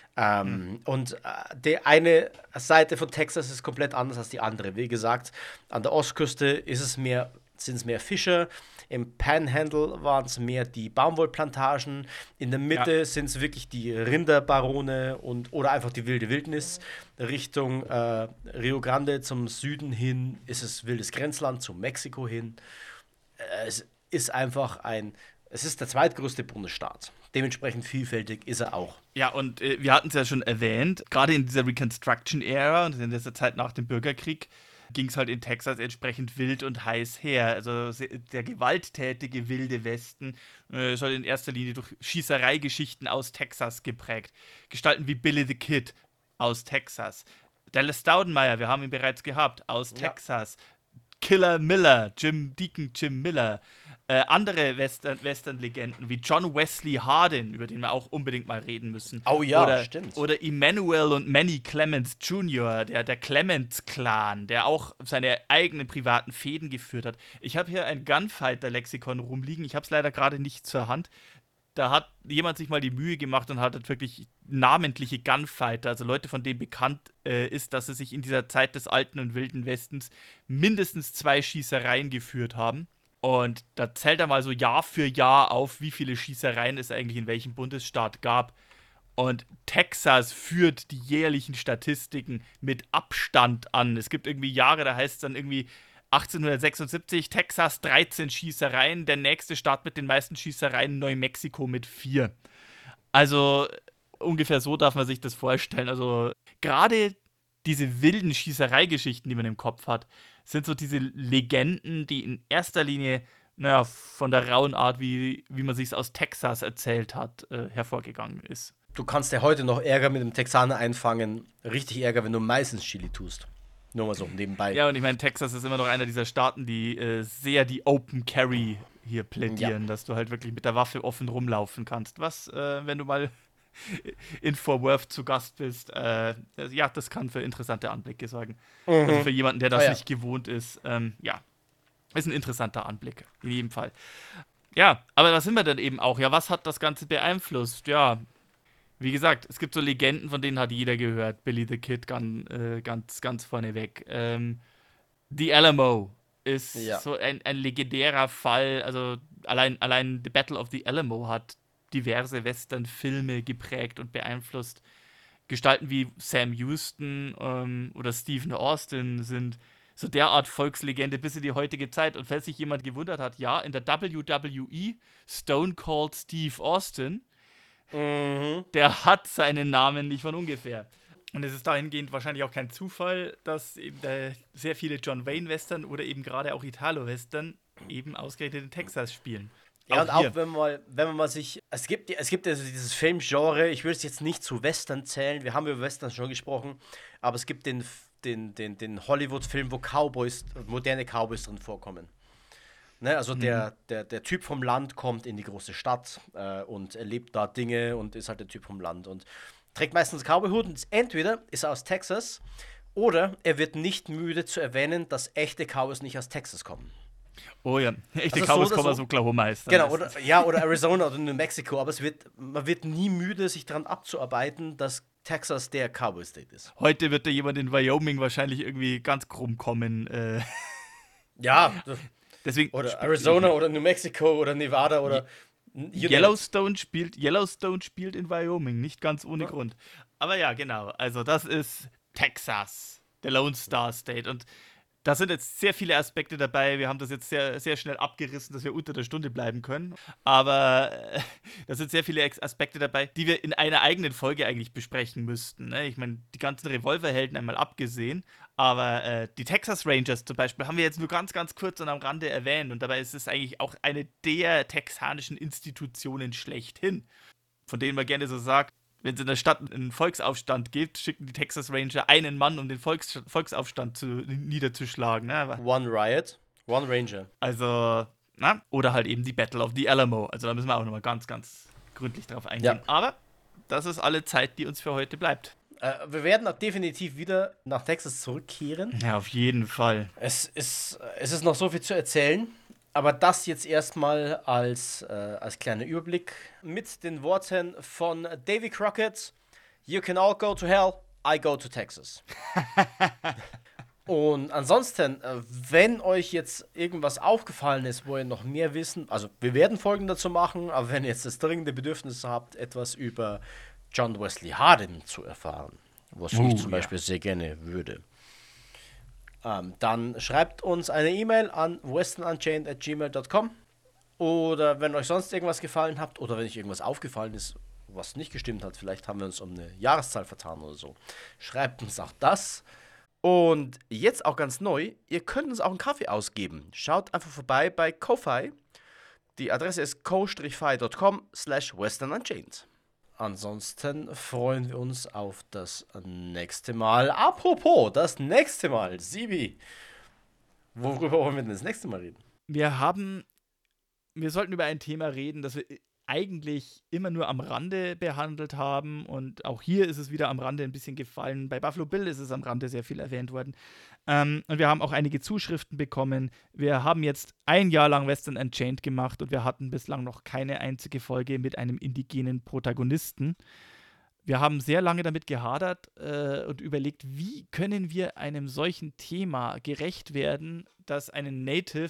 Und die eine Seite von Texas ist komplett anders als die andere. Wie gesagt, an der Ostküste sind es mehr Fischer. Im Panhandle waren es mehr die Baumwollplantagen. In der Mitte sind es wirklich die Rinderbarone oder einfach die wilde Wildnis. Richtung Rio Grande zum Süden hin ist es wildes Grenzland, zu Mexiko hin. Es ist einfach es ist der zweitgrößte Bundesstaat. Dementsprechend vielfältig ist er auch. Ja, und wir hatten es ja schon erwähnt, gerade in dieser Reconstruction-Ära und in dieser Zeit nach dem Bürgerkrieg ging es halt in Texas entsprechend wild und heiß her. Also der gewalttätige wilde Westen ist halt in erster Linie durch Schießereigeschichten aus Texas geprägt. Gestalten wie Billy the Kid aus Texas. Dallas Staudenmeier, wir haben ihn bereits gehabt, aus Texas. Killer Miller, Jim Miller. Andere Western-Legenden wie John Wesley Hardin, über den wir auch unbedingt mal reden müssen. Oh ja, stimmt. Oder Emmanuel und Manny Clements Jr., der Clements-Clan, der auch seine eigenen privaten Fäden geführt hat. Ich habe hier ein Gunfighter-Lexikon rumliegen, ich habe es leider gerade nicht zur Hand. Da hat jemand sich mal die Mühe gemacht und hat wirklich namentliche Gunfighter, also Leute, von denen bekannt ist, dass sie sich in dieser Zeit des alten und wilden Westens mindestens 2 Schießereien geführt haben. Und da zählt er mal so Jahr für Jahr auf, wie viele Schießereien es eigentlich in welchem Bundesstaat gab. Und Texas führt die jährlichen Statistiken mit Abstand an. Es gibt irgendwie Jahre, da heißt es dann irgendwie 1876, Texas 13 Schießereien, der nächste Staat mit den meisten Schießereien, Neumexiko mit 4. Also ungefähr so darf man sich das vorstellen. Also gerade diese wilden Schießereigeschichten, die man im Kopf hat, sind so diese Legenden, die in erster Linie, von der rauen Art, wie man sich es aus Texas erzählt hat, hervorgegangen ist. Du kannst ja heute noch Ärger mit dem Texaner einfangen. Richtig Ärger, wenn du meistens Chili tust. Nur mal so nebenbei. Ja, und ich meine, Texas ist immer noch einer dieser Staaten, die sehr die Open Carry hier plädieren, dass du halt wirklich mit der Waffe offen rumlaufen kannst. Was, wenn du mal in Fort Worth zu Gast bist, das kann für interessante Anblicke sorgen. Also für jemanden, der das nicht gewohnt ist, ist ein interessanter Anblick, in jedem Fall. Ja, aber was sind wir denn eben auch? Ja, was hat das Ganze beeinflusst? Ja, wie gesagt, es gibt so Legenden, von denen hat jeder gehört. Billy the Kid ganz vorneweg. The Alamo ist so ein legendärer Fall. Also allein The Battle of the Alamo hat diverse Western-Filme geprägt und beeinflusst. Gestalten wie Sam Houston oder Stephen Austin sind so derart Volkslegende bis in die heutige Zeit. Und falls sich jemand gewundert hat, ja, in der WWE Stone Cold Steve Austin, der hat seinen Namen nicht von ungefähr. Und es ist dahingehend wahrscheinlich auch kein Zufall, dass eben sehr viele John Wayne-Western oder eben gerade auch Italo-Western eben ausgerechnet in Texas spielen. Ja, und auch wenn man mal sich, es gibt ja also dieses Filmgenre, ich würde es jetzt nicht zu Western zählen, wir haben über Western schon gesprochen, aber es gibt den Hollywood-Film, wo moderne Cowboys drin vorkommen. Ne, also der Typ vom Land kommt in die große Stadt und erlebt da Dinge und ist halt der Typ vom Land und trägt meistens Cowboy-Hut und entweder ist er aus Texas oder er wird nicht müde zu erwähnen, dass echte Cowboys nicht aus Texas kommen. Oh ja, echte Cowboys kommen aus Oklahoma. Genau, oder Arizona oder New Mexico, aber man wird nie müde, sich daran abzuarbeiten, dass Texas der Cowboy-State ist. Heute wird da jemand in Wyoming wahrscheinlich irgendwie ganz krumm kommen. Ja, deswegen oder Arizona oder New Mexico oder Nevada oder Yellowstone spielt in Wyoming, nicht ganz ohne Grund. Aber ja, genau, also das ist Texas, der Lone Star State und da sind jetzt sehr viele Aspekte dabei. Wir haben das jetzt sehr, sehr schnell abgerissen, dass wir unter der Stunde bleiben können. Aber da sind sehr viele Aspekte dabei, die wir in einer eigenen Folge eigentlich besprechen müssten. Ne? Ich meine, die ganzen Revolverhelden einmal abgesehen. Aber die Texas Rangers zum Beispiel haben wir jetzt nur ganz, ganz kurz und am Rande erwähnt. Und dabei ist es eigentlich auch eine der texanischen Institutionen schlechthin. Von denen man gerne so sagt, wenn es in der Stadt einen Volksaufstand gibt, schicken die Texas Ranger einen Mann, um den Volksaufstand niederzuschlagen. Ne? One Riot, One Ranger. Also, oder halt eben die Battle of the Alamo. Also da müssen wir auch nochmal ganz, ganz gründlich drauf eingehen. Ja. Aber das ist alle Zeit, die uns für heute bleibt. Wir werden auch definitiv wieder nach Texas zurückkehren. Ja, auf jeden Fall. Es ist noch so viel zu erzählen. Aber das jetzt erstmal als kleiner Überblick mit den Worten von Davy Crockett: You can all go to hell, I go to Texas. Und ansonsten, wenn euch jetzt irgendwas aufgefallen ist, wo ihr noch mehr wissen, also wir werden Folgen dazu machen, aber wenn ihr jetzt das dringende Bedürfnis habt, etwas über John Wesley Hardin zu erfahren, was ich zum Beispiel sehr gerne würde, dann schreibt uns eine E-Mail an westernunchained@gmail.com oder wenn euch sonst irgendwas gefallen hat oder wenn euch irgendwas aufgefallen ist, was nicht gestimmt hat, vielleicht haben wir uns um eine Jahreszahl vertan oder so, schreibt uns auch das. Und jetzt auch ganz neu, ihr könnt uns auch einen Kaffee ausgeben. Schaut einfach vorbei bei Ko-Fi. Die Adresse ist ko-fi.com/westernunchained. Ansonsten freuen wir uns auf das nächste Mal. Apropos, das nächste Mal. Sibi, worüber wollen wir denn das nächste Mal reden? Wir sollten über ein Thema reden, das wir eigentlich immer nur am Rande behandelt haben. Und auch hier ist es wieder am Rande ein bisschen gefallen. Bei Buffalo Bill ist es am Rande sehr viel erwähnt worden. Und wir haben auch einige Zuschriften bekommen. Wir haben jetzt ein Jahr lang Western Unchained gemacht und wir hatten bislang noch keine einzige Folge mit einem indigenen Protagonisten. Wir haben sehr lange damit gehadert und überlegt, wie können wir einem solchen Thema gerecht werden, das einen Native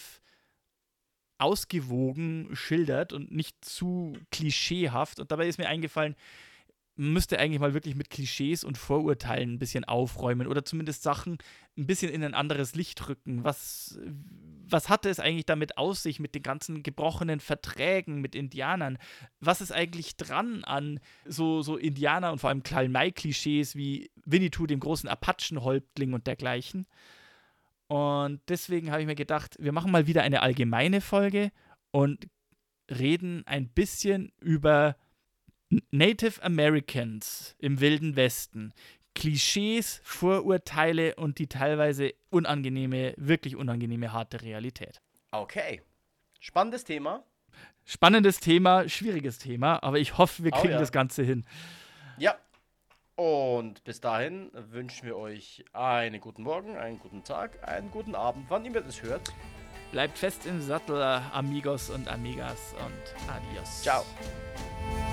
ausgewogen schildert und nicht zu klischeehaft. Und dabei ist mir eingefallen, man müsste eigentlich mal wirklich mit Klischees und Vorurteilen ein bisschen aufräumen oder zumindest Sachen ein bisschen in ein anderes Licht rücken. Was hatte es eigentlich damit aus sich mit den ganzen gebrochenen Verträgen mit Indianern? Was ist eigentlich dran an so Indianer- und vor allem Karl-May-Klischees wie Winnetou, dem großen Apachenhäuptling und dergleichen? Und deswegen habe ich mir gedacht, wir machen mal wieder eine allgemeine Folge und reden ein bisschen über Native Americans im Wilden Westen. Klischees, Vorurteile und die teilweise wirklich unangenehme, harte Realität. Okay. Spannendes Thema. Spannendes Thema, schwieriges Thema, aber ich hoffe, wir kriegen das Ganze hin. Ja. Und bis dahin wünschen wir euch einen guten Morgen, einen guten Tag, einen guten Abend, wann ihr das hört. Bleibt fest im Sattel, Amigos und Amigas und adios. Ciao.